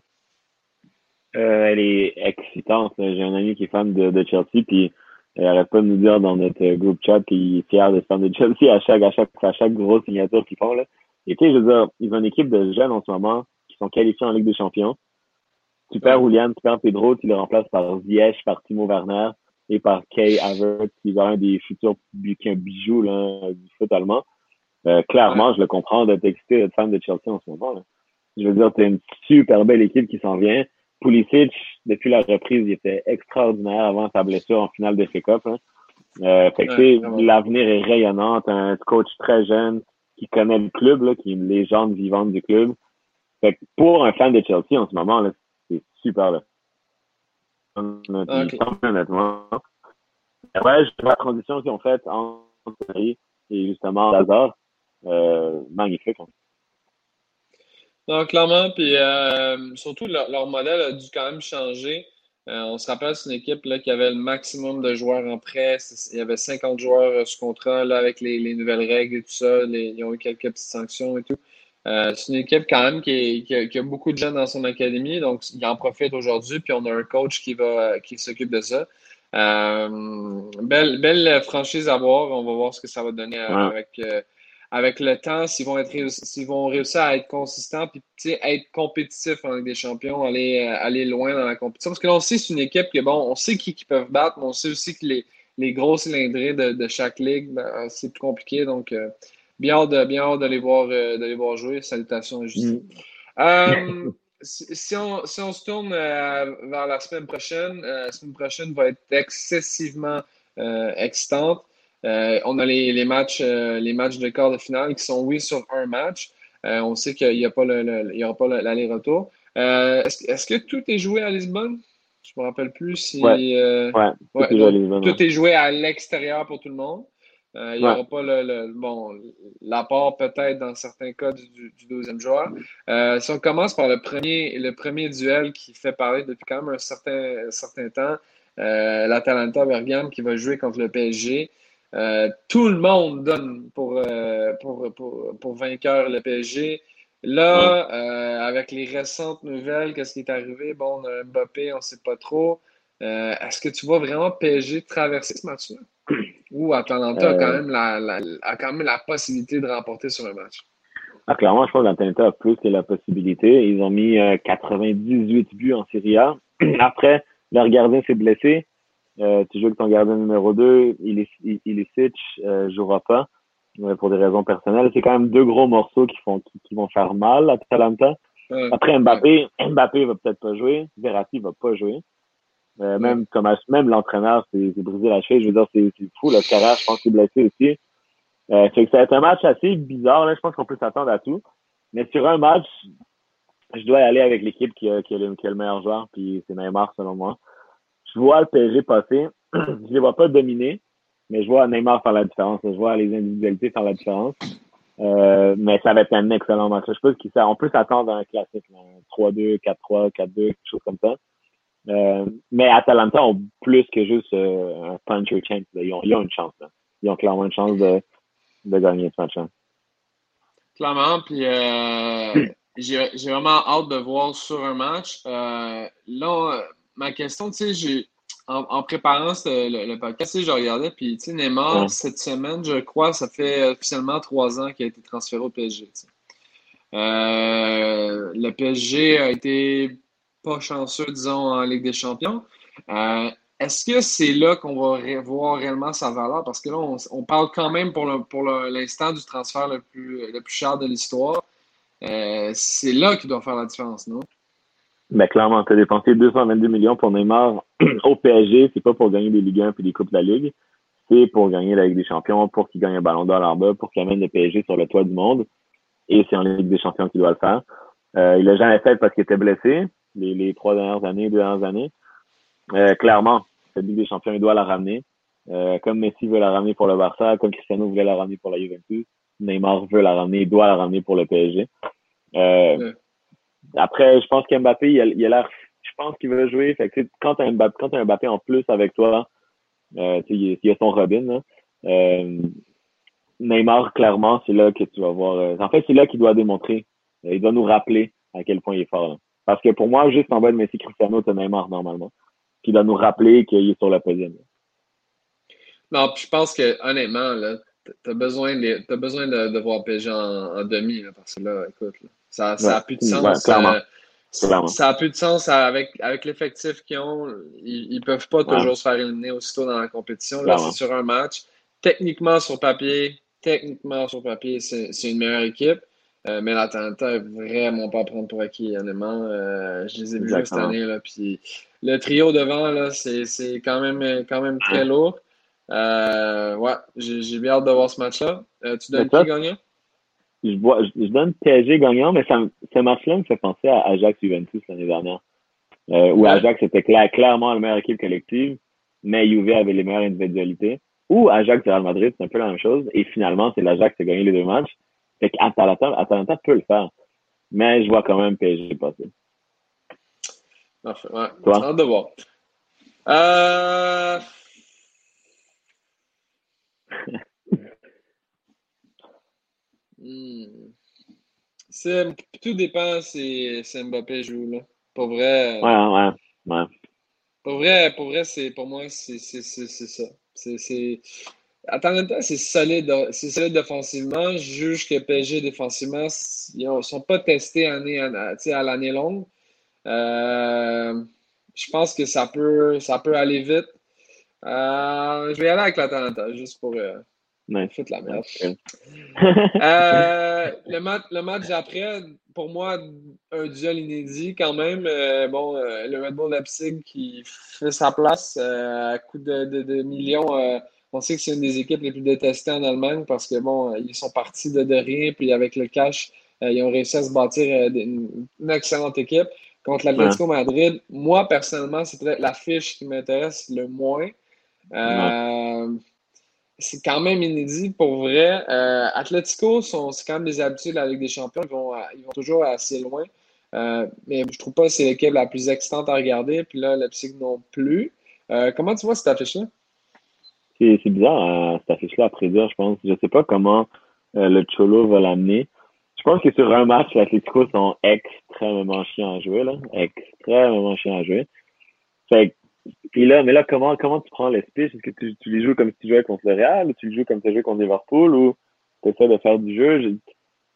Euh, elle est excitante. Là. J'ai un ami qui est fan de, de Chelsea, puis elle arrête pas de nous dire dans notre euh, groupe chat qu'il est fier de fan de Chelsea à chaque, à chaque, à chaque grosse signature qu'ils font. Là. Et tu sais, je veux dire, ils ont une équipe de jeunes en ce moment qui sont qualifiés en Ligue des Champions. Tu perds Ouais, William, tu perds Pedro, tu le remplaces par Ziyech, par Timo Werner et par Kay Havertz, qui est un des futurs qui est un bijou là, du foot allemand. Euh, ouais, clairement, je le comprends d'être excité d'être fan de Chelsea en ce moment. Là. Je veux dire, c'est une super belle équipe qui s'en vient. Pulisic, depuis la reprise, il était extraordinaire avant sa blessure en finale de F A Cup. Hein. Euh, fait que, ouais, tu sais, vraiment. l'avenir est rayonnant. T'as un coach très jeune qui connaît le club, là, qui est une légende vivante du club. Fait que pour un fan de Chelsea en ce moment, là, c'est super là. OK. Honnêtement. Ouais, je vois la transition qu'ils ont faite entre Paris et justement Lazare. Euh, magnifique. Hein. Donc, clairement, puis euh, surtout, leur, leur modèle a dû quand même changer. Euh, on se rappelle, c'est une équipe là, qui avait le maximum de joueurs en prêt. C'est- Il y avait cinquante joueurs euh, sous contrat là, avec les, les nouvelles règles et tout ça. Les- ils ont eu quelques petites sanctions et tout. Euh, c'est une équipe quand même qui, est- qui a, qui a beaucoup de jeunes dans son académie, donc il en profite aujourd'hui. Puis on a un coach qui va qui s'occupe de ça. Euh, belle, belle franchise à voir. On va voir ce que ça va donner euh, Ouais. avec. Euh, avec le temps, s'ils vont être réussi- s'ils vont réussir à être consistants, puis tu sais, être compétitifs en Ligue des Champions, aller, euh, aller loin dans la compétition. Parce que là, on sait que c'est une équipe que, bon, on sait qui, qui peuvent battre, mais on sait aussi que les, les gros cylindrés de, de chaque ligue, ben, c'est plus compliqué. Donc, euh, bien hâte de, bien hâte de les voir, euh, de les voir jouer. Salutations à Justin. Mm. Euh, si, si on, si on se tourne euh, vers la semaine prochaine, euh, la semaine prochaine va être excessivement euh, excitante. Euh, on a les, les matchs, euh, les matchs de quart de finale qui sont, oui, sur un match. Euh, on sait qu'il n'y a pas le, le- il y aura pas le- l'aller-retour. Euh, est-ce, est-ce que tout est joué à Lisbonne? Je me rappelle plus Ouais. si. euh, Ouais. Tout Ouais, est joué à donc Lisbonne. Ouais. tout est joué à l'extérieur pour tout le monde. Euh, il n'y Ouais. aura pas le, le- bon, l'apport peut-être dans certains cas du, du- du deuxième joueur. Euh, si on commence par le premier, le premier duel qui fait parler depuis quand même un certain, un certain temps, euh, l'Atalanta Bergame qui va jouer contre le P S G. Euh, tout le monde donne pour, euh, pour, pour, pour vainqueur le P S G. Ouais. Là, euh, avec les récentes nouvelles, qu'est-ce qui est arrivé? Bon, on a Mbappé, on ne sait pas trop. Euh, est-ce que tu vois vraiment P S G traverser ce match-là? Ou Atalanta a quand Euh, même la, la- a quand même la possibilité de remporter sur un match? Ah, clairement, je pense que l'Atalanta a plus que la possibilité. Ils ont mis euh, quatre-vingt-dix-huit buts en Serie A. Après, leur gardien s'est blessé. Euh, tu joues avec ton gardien numéro deux, Ilicic euh, jouera pas euh, pour des raisons personnelles. C'est quand même deux gros morceaux qui font qui, qui vont faire mal à Atalanta. Ouais, Après ouais, Mbappé, Mbappé va peut-être pas jouer, Verratti va pas jouer. Euh, ouais. même Thomas, même l'entraîneur s'est brisé la cheville. Je veux dire, c'est c'est fou. Le Carrère, je pense qu'il est blessé aussi. Euh, fait que ça va être un match assez bizarre. Là, je pense qu'on peut s'attendre à tout. Mais sur un match, je dois y aller avec l'équipe qui a, qui, a le, qui a le meilleur joueur, puis c'est Neymar selon moi. Je vois le P S G passer. Je les vois pas dominer, mais je vois Neymar faire la différence. Je vois les individualités faire la différence. Euh, mais ça va être un excellent match. Je pense qu'on peut s'attendre à un classique, là, un trois deux, quatre trois, quatre deux, quelque chose comme ça. Euh, mais Atalanta ont plus que juste euh, un puncher chance. Là. Ils, ont, ils ont une chance. Là. Ils ont clairement une chance de, de gagner ce match-là. Clairement, puis euh, j'ai j'ai vraiment hâte de voir sur un match. Euh, là, euh, ma question, tu sais, j'ai en, en préparant ce- le, le podcast, tu sais, je regardais, puis tu sais, Neymar, Ouais. cette semaine, je crois, ça fait officiellement trois ans qu'il a été transféré au P S G. Tu sais. Euh, le P S G a été pas chanceux, disons, en Ligue des Champions. Euh, Est-ce que c'est là qu'on va ré- voir réellement sa valeur? Parce que là, on, on parle quand même pour le- pour le- l'instant du transfert le plus, le plus cher de l'histoire. Euh, c'est là qu'il doit faire la différence, non? Mais clairement, tu as dépensé deux cent vingt-deux millions pour Neymar au P S G. C'est pas pour gagner des Ligue un puis des Coupes de la Ligue. C'est pour gagner la Ligue des Champions, pour qu'il gagne un ballon d'or là-bas, pour qu'il amène le P S G sur le toit du monde. Et c'est en Ligue des Champions qu'il doit le faire. Euh, il l'a jamais fait parce qu'il était blessé les, les trois dernières années, deux dernières années. Euh, clairement, cette Ligue des Champions, il doit la ramener. Euh, comme Messi veut la ramener pour le Barça, comme Cristiano voulait la ramener pour la Juventus, Neymar veut la ramener, il doit la ramener pour le P S G. Euh, Ouais. Après, je pense qu'Mbappé, il a, il a l'air, je pense qu'il veut jouer. Fait que, quand t'as Mbappé, quand t'as un Mbappé en plus avec toi, euh, il, il y a son Robin, là. Euh, Neymar, clairement, c'est là que tu vas voir. Euh, en fait, c'est là qu'il doit démontrer. Euh, il doit nous rappeler à quel point il est fort. Là. Parce que pour moi, juste en bas de Messi Cristiano, t'as Neymar normalement. Qui doit nous rappeler qu'il est sur la podium. Non, puis je pense que honnêtement, là, t'as besoin de, t'as besoin de, de voir P S G en, en demi, là, parce que là, écoute, là, ça, Ouais, ça a plus de ouais, sens. clairement. Euh, Clairement. ça a plus de sens avec, avec l'effectif qu'ils ont. Ils, ils peuvent pas Ouais, toujours se faire éliminer aussitôt dans la compétition. Là, c'est clairement. sur un match. Techniquement, sur papier, techniquement, sur papier, c'est, c'est une meilleure équipe. Euh, mais l'Atalanta est vraiment pas à prendre pour acquis, honnêtement. Euh, je les ai vus jouer cette Exactement. année, là, puis le trio devant, là, c'est, c'est quand même, quand même très lourd. Euh, ouais, j'ai, j'ai bien hâte de voir ce match-là. Euh, tu Mais donnes qui ça, gagnant? je vois, je, je donne P S G gagnant, mais ça, ce match-là me fait penser à Ajax Juventus l'année dernière. Euh, où Ouais. Ajax était clair, clairement la meilleure équipe collective, mais Juve avait les meilleures individualités. Ou Ajax et Real Madrid, c'est un peu la même chose. Et finalement, c'est l'Ajax qui a gagné les deux matchs. Fait qu'Atalanta, Atalanta peut le faire. Mais je vois quand même P S G passer. Parfait, ouais. Toi? Hâte de voir. Euh, hmm. C'est, tout dépend si, si Mbappé joue, là. Pour vrai, Ouais, ouais, ouais. pour vrai, pour vrai, c'est, pour moi, c'est, c'est, c'est, c'est ça. C'est, c'est... Atalanta, c'est solide, c'est solide défensivement. Je juge que P S G défensivement, ils ne sont pas testés année, à, tu sais, à l'année longue. Euh, je pense que ça peut, ça peut aller vite. Euh, je vais y aller avec l'Atalanta, juste pour, euh, Nice. pour foutre la merde. Nice. Okay. Euh, le, match, le match d'après, pour moi, un duel inédit quand même. Euh, bon, euh, le Red Bull Leipzig qui fait sa place euh, à coup de, de, de millions. Euh, on sait que c'est une des équipes les plus détestées en Allemagne parce que bon, ils sont partis de, de rien, puis avec le cash, euh, ils ont réussi à se bâtir euh, une, une excellente équipe. Contre Ouais, l'Atlético Madrid, moi personnellement, c'est peut-être la fiche qui m'intéresse le moins. ouais. Euh, c'est quand même inédit pour vrai. Euh, Atletico, sont, c'est quand même des habitudes avec des champions. Ils vont, à- ils vont toujours assez loin. Euh, mais je trouve pas que c'est l'équipe la plus excitante à regarder. Puis là, Leipzig non plus. Euh, comment tu vois cette affiche-là? C'est, c'est bizarre, euh, cette affiche-là à prédire, je pense. Je sais pas comment euh, le Cholo va l'amener. Je pense que sur un match, les Atlético sont extrêmement chiants à jouer, là. Extrêmement chiants à jouer. Fait que, puis là, mais là, comment, comment tu prends les speeches? Est-ce que tu, tu les joues comme si tu jouais contre le Real ou tu les joues comme si tu jouais contre Liverpool ou tu essaies de faire du jeu? Je,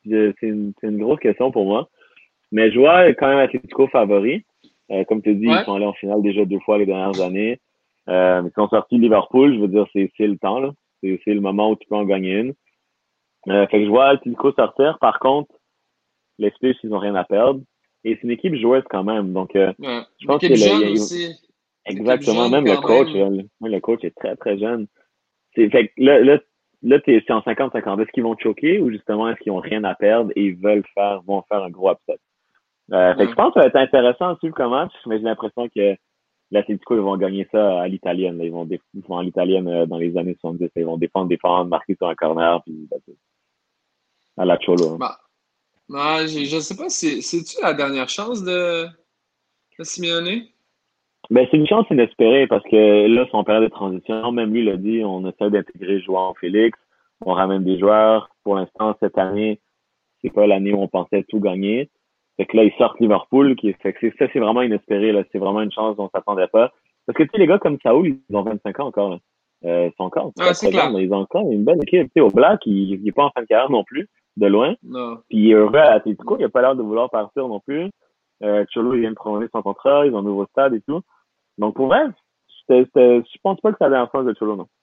je- c'est une, c'est une grosse question pour moi. Mais je vois quand même Atletico favori. Euh, comme tu dis, ils Ouais. sont allés en finale déjà deux fois les dernières années. Euh, ils sont sortis Liverpool, je veux dire, c'est, c'est le temps, là. C'est, c'est le moment où tu peux en gagner une. Euh, fait que je vois Atletico sortir. Par contre, les Spurs, ils ont rien à perdre. Et c'est une équipe joueuse quand même. Donc, euh, Ouais. je Une pense que équipe le, il y jeune a- il- aussi. Une équipe exactement, jeune même le quand coach, même. là, le, même le coach est très, très jeune. C'est, fait que là, là, là, t'es, c'est en cinquante cinquante. Est-ce qu'ils vont choquer ou justement est-ce qu'ils ont rien à perdre et ils veulent faire, vont faire un gros upset? Euh, fait que je Ouais. pense que ça va être intéressant de suivre comme match, mais j'ai l'impression que l'Atlético, ils vont gagner ça à l'italienne. Là. Ils vont défendre à l'italienne euh, dans les années soixante-dix. Ils vont défendre, défendre, marquer sur un corner, puis that's it. À la Cholo. Hein. Bah, ouais, je, je sais pas, c'est, c'est-tu la dernière chance de, de Simeone? Ben, c'est une chance inespérée parce que là, son période de transition, même lui l'a dit, on essaie d'intégrer Joao Félix, on ramène des joueurs. Pour l'instant, cette année, c'est pas l'année où on pensait tout gagner. Fait que là, ils sortent Liverpool, qui fait que c'est, ça, c'est vraiment inespéré, là. C'est vraiment une chance dont on s'attendait pas. Parce que, tu sais, les gars comme Saoul, ils ont vingt-cinq ans encore, là. Euh, ils sont encore Ouais, très, c'est très jeunes, clair. là. Ils ont encore une belle équipe. Tu sais, au Black, il, il est pas en fin de carrière non plus, de loin. Non. Puis il est heureux à Atletico, Non. il a pas l'air de vouloir partir non plus. Euh, Cholo, il vient de prolonger son contrat, ils ont un nouveau stade et tout. Donc, pour vrai, c'était- c'était- je pense pas que ça avait un sens de Cholo, non.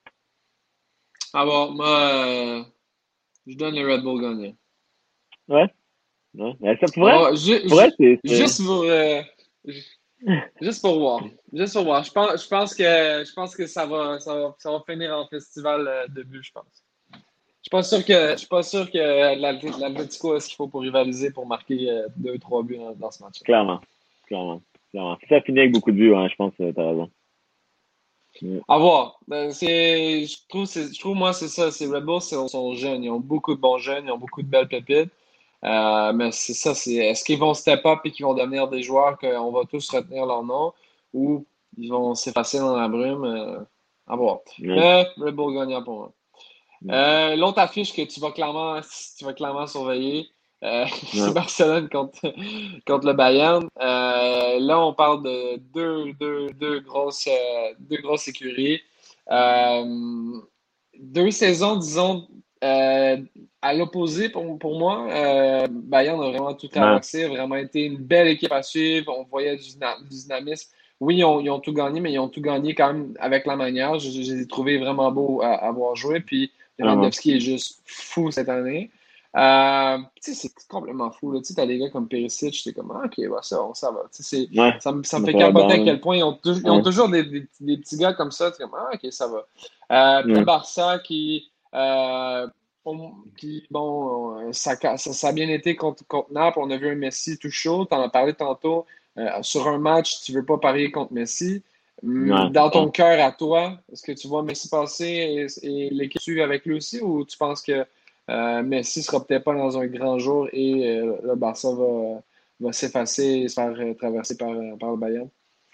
Ah bon, moi, euh, je donne les Red Bull gagnants. Ouais, ouais. Mais ça, pour Ah vrai, bon, ju- pour vrai, ju- c'est, c'est, juste pour, euh, ju- juste pour voir. Juste pour voir. Je pense, je pense que, je pense que ça va, ça va, ça va finir en festival euh, de but, je pense. Je suis pas sûr que, je suis pas sûr que l'Atlé- l'Atlético a ce qu'il faut pour rivaliser pour marquer euh, deux, trois buts dans, dans ce match. clairement, clairement, clairement. Si ça finit avec beaucoup de buts, hein, je pense que t'as raison. Mm. À voir. Ben, c'est, je trouve, c'est, je trouve, moi, c'est ça. C'est Red Bull, c'est- ils sont jeunes. Ils ont beaucoup de bons jeunes. Ils ont beaucoup de belles pépites. Euh, mais c'est ça. C'est, est-ce qu'ils vont step up et qu'ils vont devenir des joueurs qu'on va tous retenir leur nom ou ils vont s'effacer dans la brume? Euh, à voir. Ouais. Mais Red Bull gagnant pour moi. Mm. Euh, l'autre affiche que tu vas clairement, tu vas clairement surveiller, euh, c'est Ouais. Barcelone contre, contre le Bayern. Euh, là, on parle de deux, deux, deux grosses, euh, deux grosses écuries. Euh, deux saisons, disons, euh, à l'opposé pour, pour moi. Euh, Bayern a vraiment tout Ouais. traversé, a vraiment été une belle équipe à suivre. On voyait du, dyna- du dynamisme. Oui, ils ont, ils ont tout gagné, mais ils ont tout gagné quand même avec la manière. Je, je les ai trouvés vraiment beaux à, à voir jouer. Puis Vraiment. Lewandowski est juste fou cette année. Euh, tu sais, c'est complètement fou. Là. Tu sais, t'as des gars comme Perisic, t'es comme, ah, ok, bah, ça, on, ça va. Tu sais, c'est- Ouais. ça, me- ça me Mais fait ça va capoter à bien. quel point ils ont, tou- ils ont Ouais. toujours des, des, des petits gars comme ça. Tu es comme, ah, ok, ça va. Euh, puis le Ouais. Barça qui, euh, on- qui bon, euh, ça, ça, ça a bien été contre, contre Naples. On a vu un Messi tout chaud. T'en as parlé tantôt. Euh, sur un match, tu veux pas parier contre Messi. Hum, Ouais, c'est Dans ça. ton cœur à toi, est-ce que tu vois Messi passer et, et l'équipe suivre avec lui aussi ou tu penses que euh, Messi sera peut-être pas dans un grand jour et euh, le Barça va, va s'effacer et se faire euh, traverser par, euh, par le Bayern?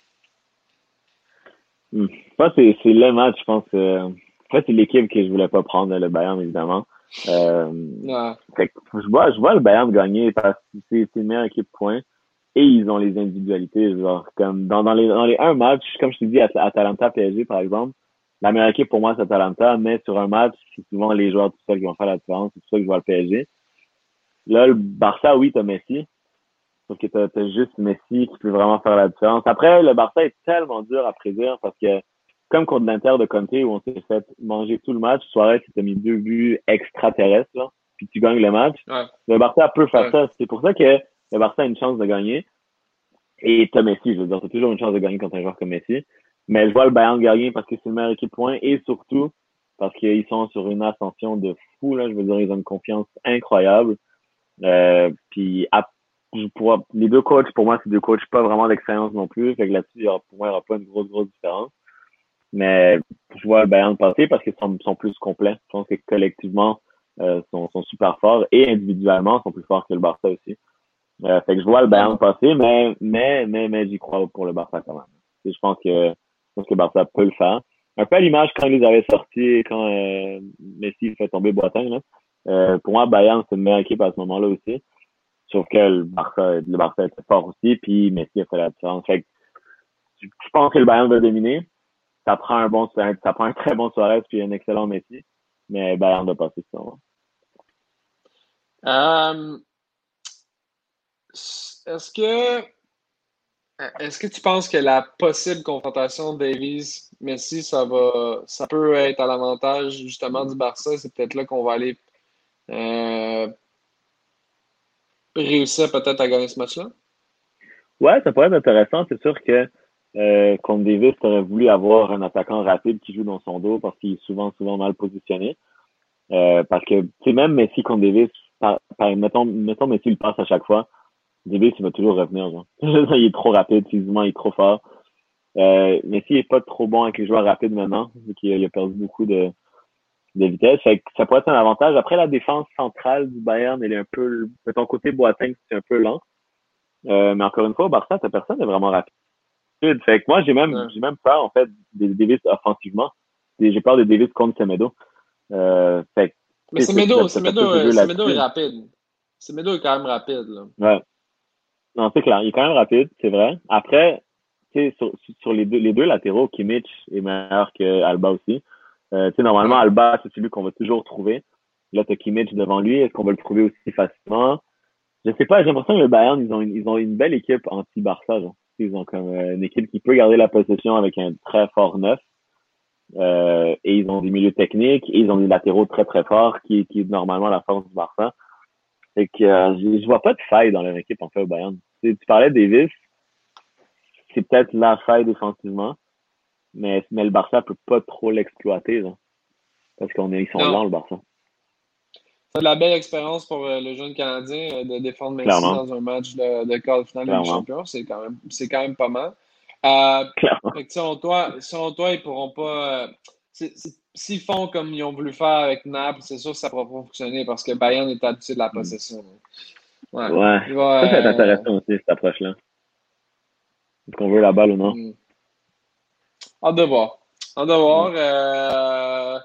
Mm. Je pense que c'est, c'est le match, je pense. Euh, en fait, c'est l'équipe que je voulais pas prendre, le Bayern, évidemment. Euh, Ouais, fait que je vois, je vois le Bayern gagner parce que c'est, c'est une meilleure équipe point. Et ils ont les individualités, genre, comme dans, dans les, dans les un match, comme je te dis, à Atalanta P S G, par exemple, la meilleure équipe pour moi, c'est Atalanta, mais sur un match, c'est souvent les joueurs tout seuls qui vont faire la différence, c'est pour ça que je vois le P S G. Là, le Barça, oui, t'as Messi, sauf que t'as, t'as juste Messi qui peut vraiment faire la différence. Après, le Barça est tellement dur à prédire parce que, comme contre l'Inter de Conte, où on s'est fait manger tout le match, Suarez, il t'a mis deux buts extraterrestres, là, puis tu gagnes le match. ouais, Le Barça peut faire ouais. ça. C'est pour ça que le Barça a une chance de gagner. Et t'as Messi, je veux dire, t'as toujours une chance de gagner contre un joueur comme Messi. Mais je vois le Bayern gagner parce que c'est le meilleur équipe point et surtout parce qu'ils sont sur une ascension de fou, là. Je veux dire, ils ont une confiance incroyable. Euh, puis à, pour, les deux coachs, pour moi, c'est deux coachs pas vraiment d'expérience non plus. Fait que là-dessus, il y aura, pour moi, il n'y aura pas une grosse, grosse différence. Mais je vois le Bayern passer parce qu'ils sont, sont plus complets. Je pense que collectivement, euh, sont, sont super forts et individuellement, sont plus forts que le Barça aussi. Euh, fait que je vois le Bayern Vraiment. passer, mais, mais, mais, mais j'y crois pour le Barça quand même. Et je pense que, je pense que le Barça peut le faire. Un peu à l'image quand ils avaient sorti, quand euh, Messi fait tomber Boateng, là. Euh, pour moi, Bayern, c'est une meilleure équipe à ce moment-là aussi. Sauf que le Barça, le Barça était fort aussi, puis Messi a fait la différence. Fait que je je pense que le Bayern va dominer. Ça prend un bon, ça prend un très bon Suarez puis un excellent Messi. Mais Bayern va passer, ça. Euh, est-ce que est-ce que tu penses que la possible confrontation Davies-Messi, ça va ça peut être à l'avantage justement du Barça? C'est peut-être là qu'on va aller euh, réussir peut-être à gagner ce match-là? Ouais, ça pourrait être intéressant. C'est sûr que euh, contre Davis, aurait voulu avoir un attaquant rapide qui joue dans son dos parce qu'il est souvent, souvent mal positionné. Euh, parce que, tu sais, même Messi contre Davis, par, par- mettons, mettons Messi le passe à chaque fois, Davis, il va toujours revenir, genre. Il est trop rapide, physiquement, il est trop fort. Euh, Messi est pas trop bon avec les joueurs rapides maintenant, vu qu'il a, il a perdu beaucoup de, de vitesse. Fait que ça pourrait être un avantage. Après, la défense centrale du Bayern, elle est un peu, de ton côté, Boateng, c'est un peu lent. Euh, mais encore une fois, au Barça, ta personne est vraiment rapide. Fait que moi, j'ai même, Ouais. j'ai même peur, en fait, des Davis offensivement. Et j'ai peur de Davis contre Semedo. Euh, fait que, Mais tu sais, ça, Semedo, ça, ça Semedo, peut se euh, jouer Semedo est là-dessus. rapide. Semedo est quand même rapide, là. Ouais. Non, c'est clair. Il est quand même rapide, c'est vrai. Après, tu sais, sur, sur les deux, les deux latéraux, Kimmich est meilleur que Alba aussi. Euh, tu sais, normalement, Ouais. Alba, c'est celui qu'on va toujours trouver. Là, t'as Kimmich devant lui. Est-ce qu'on va le trouver aussi facilement? Je sais pas, j'ai l'impression que le Bayern, ils ont une, ils ont une belle équipe anti-Barça, genre. Ils ont comme euh, une équipe qui peut garder la possession avec un très fort neuf. Euh, et ils ont des milieux techniques et ils ont des latéraux très très forts qui, qui est normalement la force du Barça. Fait que euh, je, je vois pas de faille dans leur équipe en fait au Bayern. Tu, tu parlais de Davis, c'est peut-être la faille défensivement, mais, mais le Barça peut pas trop l'exploiter là, parce qu'on est ils sont Non. lents le Barça. C'est de la belle expérience pour euh, le jeune Canadien euh, de défendre Messi Clairement, dans un match de, de quart de finale de Ligue des clairement, Champions. C'est quand même, c'est quand même pas mal. Euh, clairement. fait que selon toi, selon toi, ils pourront pas. euh, c'est- c'est- S'ils font comme ils ont voulu faire avec Naples, c'est sûr que ça pourra pas fonctionner parce que Bayern est habitué de la possession. Ouais. Ouais, Il ça ça va être va. euh, intéressant aussi cette approche-là. Est-ce qu'on veut la balle ou non? hmm. Hâte de voir. Hâte de Ouais. voir. Euh,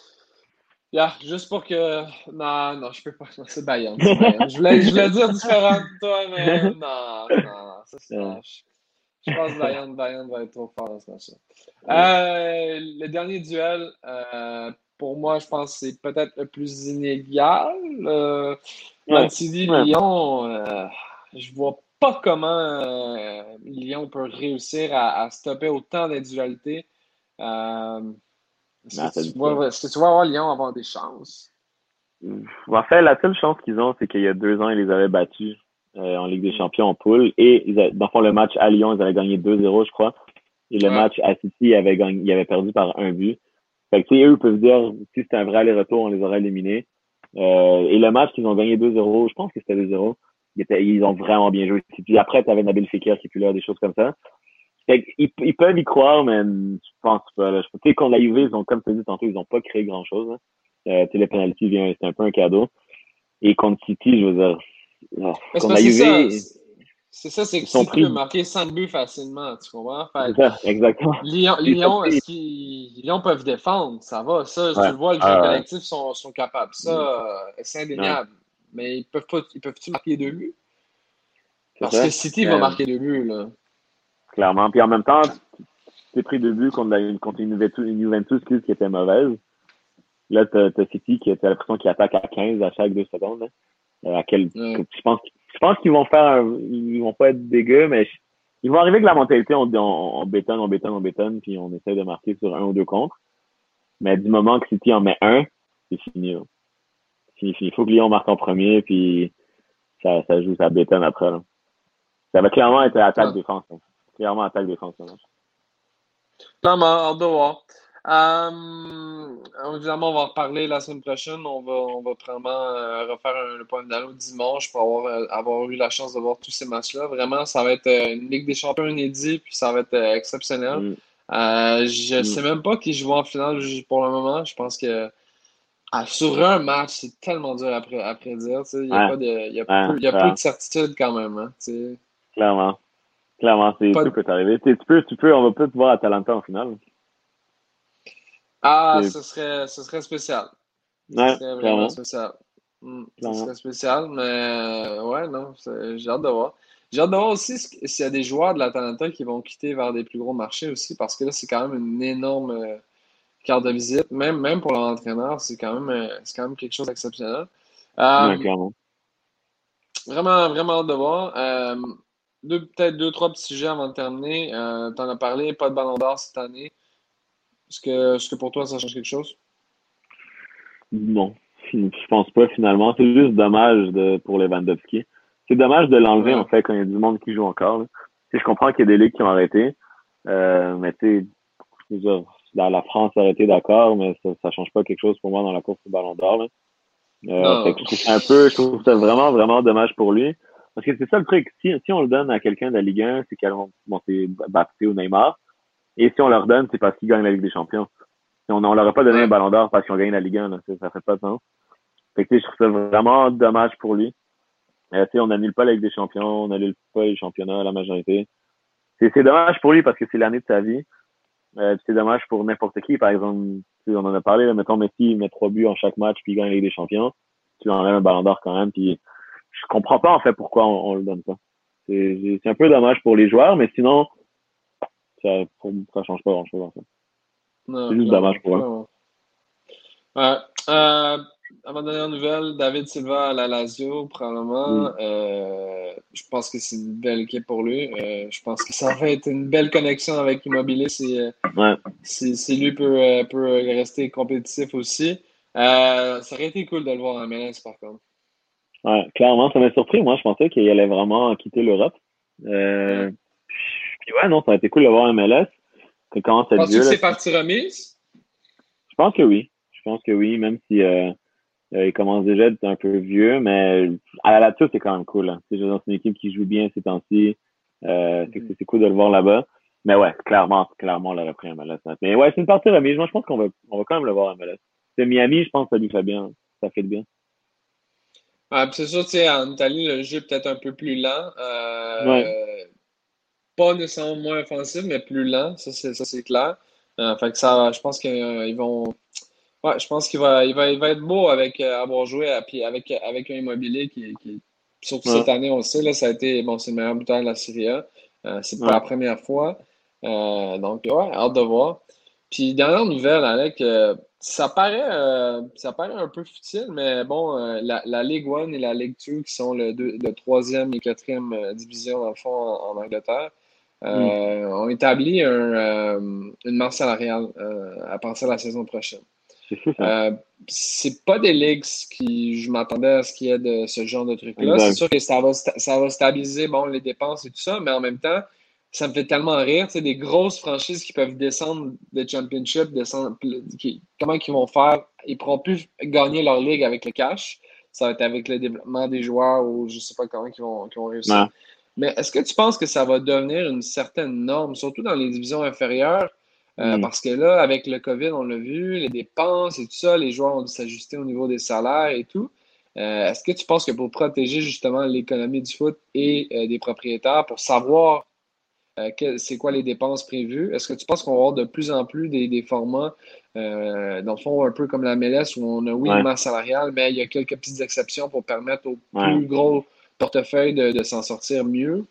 Yeah, juste pour que. Non, non, je peux pas. Non, c'est Bayern, c'est Bayern. Je voulais, je voulais dire différent de toi, mais non, non, non, ça, c'est- Ouais. non, je, je pense que Bayern, Bayern va être trop fort dans ce match-là. Ouais. Euh, le dernier duel, euh, pour moi, je pense que c'est peut-être le plus inégal. Euh, Man Ouais. Ouais. City-Lyon, euh, je vois pas comment euh, Lyon peut réussir à, à stopper autant d'individualités. Euh, est-ce que Non, c'est tu difficile. vois, est-ce que tu vois avoir Lyon avoir des chances? En fait, la seule chance qu'ils ont, c'est qu'il y a deux ans, ils les avaient battus euh, en Ligue des Hmm. Champions en poule. Et ils avaient, dans le fond, le match à Lyon, ils avaient gagné deux zéro, je crois. Et le Ouais. match à City, ils avaient, gagné, ils avaient perdu par un but. Fait que, tu sais, eux peuvent dire, si c'était un vrai aller-retour, on les aurait éliminés. Euh, et le match qu'ils ont gagné deux zéro, je pense que c'était deux zéro. Ils, étaient, ils ont vraiment bien joué. Puis après, tu avais Nabil Fekir qui est plus là, des choses comme ça. Fait ils, ils peuvent y croire, mais je pense pas. Là. Tu sais, contre la Juve, ils ont, comme tu as dit tantôt, ils ont pas créé grand-chose. Hein. Euh, tu sais, les penalties, c'est un peu un cadeau. Et contre City, je veux dire, oh, Mais c'est contre parce la que c'est ça. Juve, C'est ça, c'est que ils sont City peut pris. marquer cinq buts facilement, tu comprends? Fait C'est que ça, exactement. Lyon, Ils sont Lyon, pris. est-ce qu'ils Lyon peuvent défendre? Ça va. Ça, tu Ouais. le vois, le jeu Ah, collectif sont, sont capables. Ça, ouais. euh, c'est Ouais. indéniable. Mais ils peuvent pas, ils peuvent-tu marquer deux buts? C'est Parce que ça. City va Euh, marquer deux buts, là. clairement. Puis en même temps, tu t'es pris deux buts contre, la, contre une Juventus, une Juventus excuse, qui était mauvaise. Là, t'as, t'as City qui a l'impression qu'il attaque à quinze à chaque deux secondes. Hein. Euh, à quel, Ouais. je pense, je pense qu'ils vont faire, un, ils vont pas être dégueux, mais je, ils vont arriver avec la mentalité, on, on, on bétonne, on bétonne, on bétonne, puis on essaie de marquer sur un ou deux contre. Mais du moment que City en met un, c'est fini. Là. C'est fini. Il faut que Lyon marque en premier, puis ça, ça joue, ça bétonne après. Là. Ça va clairement être Ouais. attaque-défense. Hein. Clairement attaque-défense. Là. Clairement, hâte de voir. Euh, évidemment, on va en reparler la semaine prochaine. On va, on va probablement euh, refaire un, le point final au dimanche pour avoir, euh, avoir eu la chance de voir tous ces matchs-là. Vraiment, ça va être euh, une Ligue des champions inédite, puis ça va être euh, exceptionnel. Mm, Euh, je mm. sais même pas qui joue en finale ju- pour le moment. Je pense que ah, sur un match, c'est tellement dur à, pré- à prédire. Tu sais. Il y a Ouais, pas de, il y a ouais, peu, il y a peu ouais, de certitude quand même. Hein, tu sais. clairement. Clairement, c'est, Pas tout de- peut arriver. Tu, sais, tu peux, tu peux, on va peut-être voir Atalanta en finale. Ah, C'est, ce serait, ce serait spécial. Ce ouais, serait vraiment clairement, spécial. Hmm, ce clairement. serait spécial, mais euh, ouais, non, c'est- j'ai hâte de voir. J'ai hâte de voir aussi ce que- s'il y a des joueurs de l'Atalanta qui vont quitter vers des plus gros marchés aussi, parce que là, c'est quand même une énorme euh, carte de visite. Même, même pour l'entraîneur, c'est quand même, euh, c'est quand même quelque chose d'exceptionnel. Ouais, Euh, clairement. Vraiment, vraiment hâte de voir. Euh, deux, peut-être deux, trois petits sujets avant de terminer. Euh, t'en as parlé, pas de ballon d'or cette année. Est-ce que, est-ce que pour toi, ça change quelque chose? Non, je pense pas finalement. C'est juste dommage de, pour Lewandowski. C'est dommage de l'enlever en Ouais. fait quand il y a du monde qui joue encore. Là. Tu sais, je comprends qu'il y a des ligues qui ont arrêté, euh, mais tu sais, je veux dire, dans la France a arrêté d'accord, mais ça, ça change pas quelque chose pour moi dans la course au Ballon d'Or. Là. Euh, fait que Non. je trouve ça un peu, je trouve ça vraiment vraiment dommage pour lui. Parce que c'est ça le truc. Si, si on le donne à quelqu'un de la Ligue un, c'est qu'on bon, c'est Mbappé ou Neymar. Et si on leur donne, c'est parce qu'ils gagnent la Ligue des Champions. On, on leur a pas donné un Ouais. Ballon d'Or parce qu'ils ont gagné la Ligue un. Là. Ça, ça fait pas de sens. Fait que, tu sais, je trouve ça vraiment dommage pour lui. Euh, tu sais, on n'annule pas la Ligue des Champions, on n'annule pas les championnats, la majorité. C'est, c'est dommage pour lui parce que c'est l'année de sa vie. Euh, c'est dommage pour n'importe qui, par exemple. Tu sais, on en a parlé, là, mettons Messi, il met trois buts en chaque match, puis il gagne la Ligue des Champions. Tu lui enlèves un ballon d'or quand même, puis je comprends pas en fait pourquoi on, on le donne pas. C'est, c'est un peu dommage pour les joueurs, mais sinon, ça, pour, ça change pas grand-chose en fait. C'est Non, juste clairement, dommage pour eux. clairement. Ouais. Euh, avant dernière nouvelle, David Silva à la Lazio, probablement. Mm. Euh, je pense que c'est une belle équipe pour lui. Euh, je pense que ça va être une belle connexion avec Immobilier si, euh, Ouais. si, si lui peut, euh, peut rester compétitif aussi. Euh, ça aurait été cool de le voir en M L S, par contre. Ouais, clairement, ça m'a surpris. Moi, je pensais qu'il allait vraiment quitter l'Europe. Ouais. Euh, puis ouais, non, ça a été cool de voir M L S. Ça commence à être Penses-tu vieux, que là. c'est partie remise? Je pense que oui. Je pense que oui, même si euh, euh, il commence déjà à être un peu vieux, mais à la Lazio, c'est quand même cool. Là. C'est c'est une équipe qui joue bien ces temps-ci. Euh, c'est, Mhm. c'est cool de le voir là-bas. Mais ouais, clairement, clairement, on l'aurait pris M L S. Mais ouais, c'est une partie remise. Moi, je pense qu'on va, on va quand même le voir M L S. C'est Miami, je pense que ça lui fait bien. Ça fait bien. Ouais, puis c'est sûr, tu sais, en Italie, le jeu est peut-être un peu plus lent. Ouais. Euh, pas nécessairement moins offensif, mais plus lent, ça c'est ça c'est clair. Euh, fait que ça, je pense qu'ils vont. Ouais, je pense qu'il va, il va, il va être beau avec euh, avoir joué à- puis avec, avec un immobilier qui, qui surtout cette Ouais. année, on le sait, là, ça a été bon, c'est le meilleur buteur de la Serie A. Euh, c'est pas la Ouais. première fois. Euh, donc ouais, hâte de voir. Puis dernière nouvelle, Alec, euh, ça paraît euh, ça paraît un peu futile, mais bon, euh, la, la Ligue un et la Ligue deux, qui sont le, deux, le troisième et quatrième euh, division dans le fond en, en Angleterre, Mm. euh, ont établi un, euh, une masse salariale euh, à partir de la saison prochaine. C'est fou, ça. Euh, c'est pas des ligues qui je m'attendais à ce qu'il y ait de ce genre de truc-là. C'est Exact. sûr que ça va, sta- ça va stabiliser bon, les dépenses et tout ça, mais en même temps, ça me fait tellement rire. Tu sais, des grosses franchises qui peuvent descendre de championship, descendre, qui- comment ils vont faire? Ils pourront plus gagner leur ligue avec le cash. Ça va être avec le développement des joueurs ou je sais pas comment ils vont, qu'ils vont réussir. Ouais. Mais est-ce que tu penses que ça va devenir une certaine norme, surtout dans les divisions inférieures? Euh, Mm. parce que là, avec le COVID, on l'a vu, les dépenses et tout ça, les joueurs ont dû s'ajuster au niveau des salaires et tout. Euh, est-ce que tu penses que pour protéger justement l'économie du foot et euh, des propriétaires, pour savoir euh, que- c'est quoi les dépenses prévues, est-ce que tu penses qu'on va avoir de plus en plus des, des formats, euh, dans le fond, un peu comme la M L S, où on a, oui, une Ouais. masse salariale, mais il y a quelques petites exceptions pour permettre aux Ouais. plus gros portefeuilles de, de s'en sortir mieux?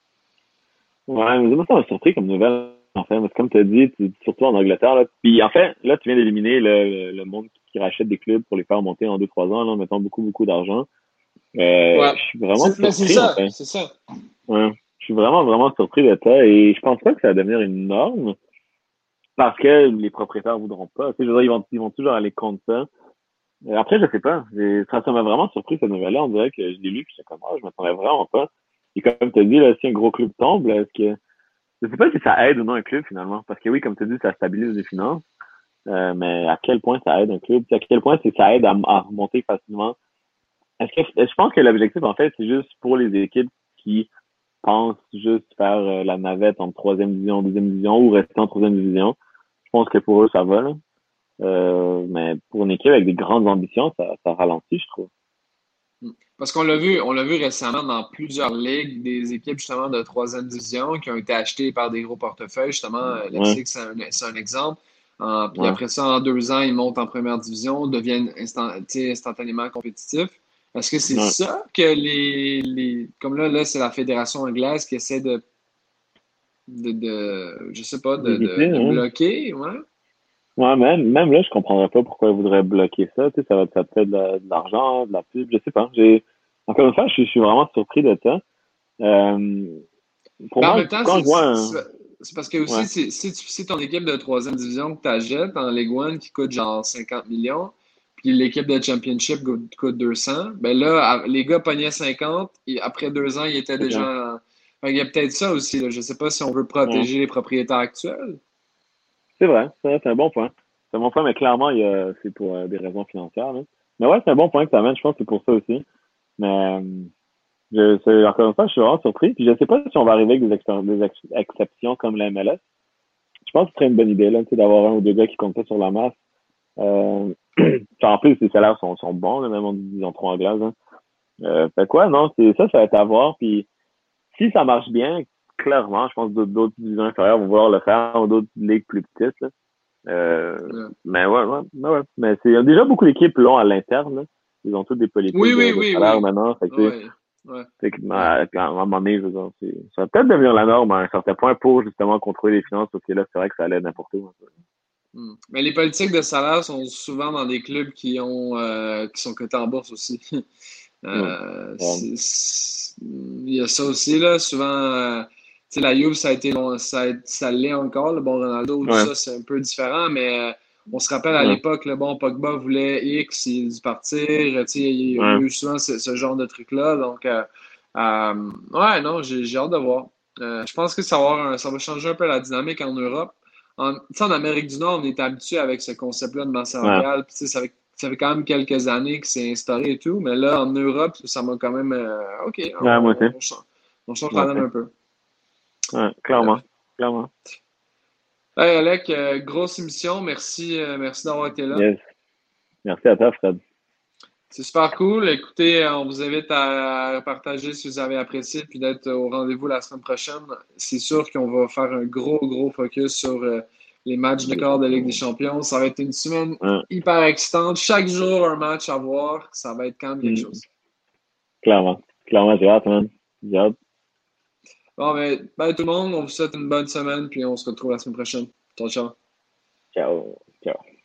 Ouais, mais moi, ça m'a surpris comme nouvelle, en fait. Parce que comme tu as dit, tu- surtout en Angleterre, là. Puis en fait, là, tu viens d'éliminer le, le, le monde qui rachète des clubs pour les faire monter en deux, trois ans, là, en mettant beaucoup, beaucoup d'argent. Euh, Ouais. je suis vraiment C'est- mais c'est surpris, en ça, fait. c'est ça. Ouais. Je suis vraiment, vraiment surpris de ça. Et je pense pas que ça va devenir une norme parce que les propriétaires voudront pas. Tu sais, je veux dire, ils vont, ils vont toujours aller contre ça. Euh, Après, je sais pas. J'ai- Ça, ça m'a vraiment surpris, cette nouvelle-là. On dirait que je l'ai lu, puis j'étais comme, ah, je m'attendais vraiment pas. Et comme tu as dit, là, si un gros club tombe, là, est-ce que je sais pas si ça aide ou non un club finalement. Parce que oui, comme tu dis, ça stabilise les finances. Euh, mais à quel point ça aide un club? À quel point c'est ça aide à, à remonter facilement? Est-ce que je pense que l'objectif, en fait, c'est juste pour les équipes qui pensent juste faire euh, la navette en troisième division, deuxième division ou rester en troisième division. Je pense que pour eux, ça va, là. Euh, mais pour une équipe avec des grandes ambitions, ça, ça ralentit, je trouve. Mm. Parce qu'on l'a vu, on l'a vu récemment dans plusieurs ligues, des équipes justement de troisième division qui ont été achetées par des gros portefeuilles. Justement, euh, Ouais, Leipzig, c'est un, c'est un exemple. Euh, puis ouais, après ça, en deux ans, ils montent en première division, deviennent instant, tu sais, instantanément compétitifs. Est-ce que c'est ouais. ça que les, les comme là, là, c'est la fédération anglaise qui essaie de, de, de je sais pas, de, de, D'éviter, de hein. bloquer, ouais? Ouais, même, même là, je comprendrais pas pourquoi ils voudraient bloquer ça. Tu sais, ça va te faire de, la- de l'argent, de la pub, je sais pas. J'ai, encore une fois, je suis, je suis vraiment surpris de ça. Euh, pour Mais en moi, même temps, quand c'est je vois un... c'est- c'est parce que Ouais, aussi, c'est- si tu si ton équipe de troisième division que tu achètes en Ligue un qui coûte genre cinquante millions, puis l'équipe de Championship coûte, coûte deux cents, ben là, à- les gars pognaient cinquante, et après deux ans, ils étaient c'est ça. déjà. en- Fait il y a peut-être ça aussi, là. Je sais pas si on veut Ouais. protéger les propriétaires actuels. C'est vrai, c'est vrai, c'est un bon point. C'est un bon point, mais clairement, il y a, c'est pour euh, des raisons financières. Là. Mais ouais, c'est un bon point que tu amènes, je pense que c'est pour ça aussi. Mais euh, je, c'est, encore une fois, je suis vraiment surpris. Puis je sais pas si on va arriver avec des, expé- des ex- exceptions comme la M L S. Je pense que ce serait une bonne idée là, tu sais, d'avoir un ou deux gars qui comptent pas sur la masse. Euh, puis en plus, les salaires sont, sont bons, là, même en division trois anglaise. Hein. Euh, fait quoi, non, c'est ça, ça va être à voir. Puis si ça marche bien, clairement, je pense que d'autres, d'autres divisions inférieures vont vouloir le faire ou d'autres ligues plus petites. Là. Euh, Ouais. mais ouais, ouais, ouais, ouais. Mais c'est, il y a déjà beaucoup d'équipes l'ont à l'interne, là. Ils ont toutes des Oui, politiques oui, de, de oui, salaire oui. maintenant. Fait que, tu sais, Ouais. Ouais. fait que, Ouais. à, à un moment donné, je veux dire, c'est, ça va peut-être devenir la norme à un certain point pour justement contrôler les finances, parce que là, c'est vrai que ça allait n'importe où. Hein. Hmm. Mais les politiques de salaire sont souvent dans des clubs qui ont euh, qui sont cotés en bourse aussi. Hum. Euh, Ouais. c'est- c'est- il y a ça aussi, là. Souvent, euh, tu sais, la Juve, ça a été long- ça, a- ça l'est encore. Le bon, Ronaldo, tout Ouais. ça, c'est un peu différent, mais euh, on se rappelle à Ouais. l'époque, le bon Pogba voulait X, il a dû partir. Tu sais, il y a il y Ouais. a eu souvent ce, ce genre de truc-là. Donc, euh, euh, ouais, non, j'ai j'ai hâte de voir. Euh, je pense que ça va, avoir un- ça va changer un peu la dynamique en Europe. En, tu sais, en Amérique du Nord, on est habitué avec ce concept-là de masse Ouais. salariale. Puis, tu sais, ça fait, ça fait quand même quelques années que c'est instauré et tout. Mais là, en Europe, ça m'a quand même. euh, OK, Ouais, moi on, aussi. on change, on change Moi la donne aussi. un peu. Ouais, Bref. clairement. Clairement. Hey, Alec, euh, grosse émission. Merci, euh, merci d'avoir été là. Yes. Merci à toi, Fred. C'est super cool. Écoutez, euh, on vous invite à partager si vous avez apprécié, puis d'être au rendez-vous la semaine prochaine. C'est sûr qu'on va faire un gros, gros focus sur euh, les matchs de Des quart de Ligue des champions. Champions. Ça va être une semaine Ouais. hyper excitante. Chaque jour, un match à voir. Ça va être quand même quelque Hum. chose. Clairement. Clairement, j'ai hâte, man. J'ai hâte. Bon, mais bye tout le monde. On vous souhaite une bonne semaine, puis on se retrouve la semaine prochaine. Ciao, ciao. Ciao. Ciao.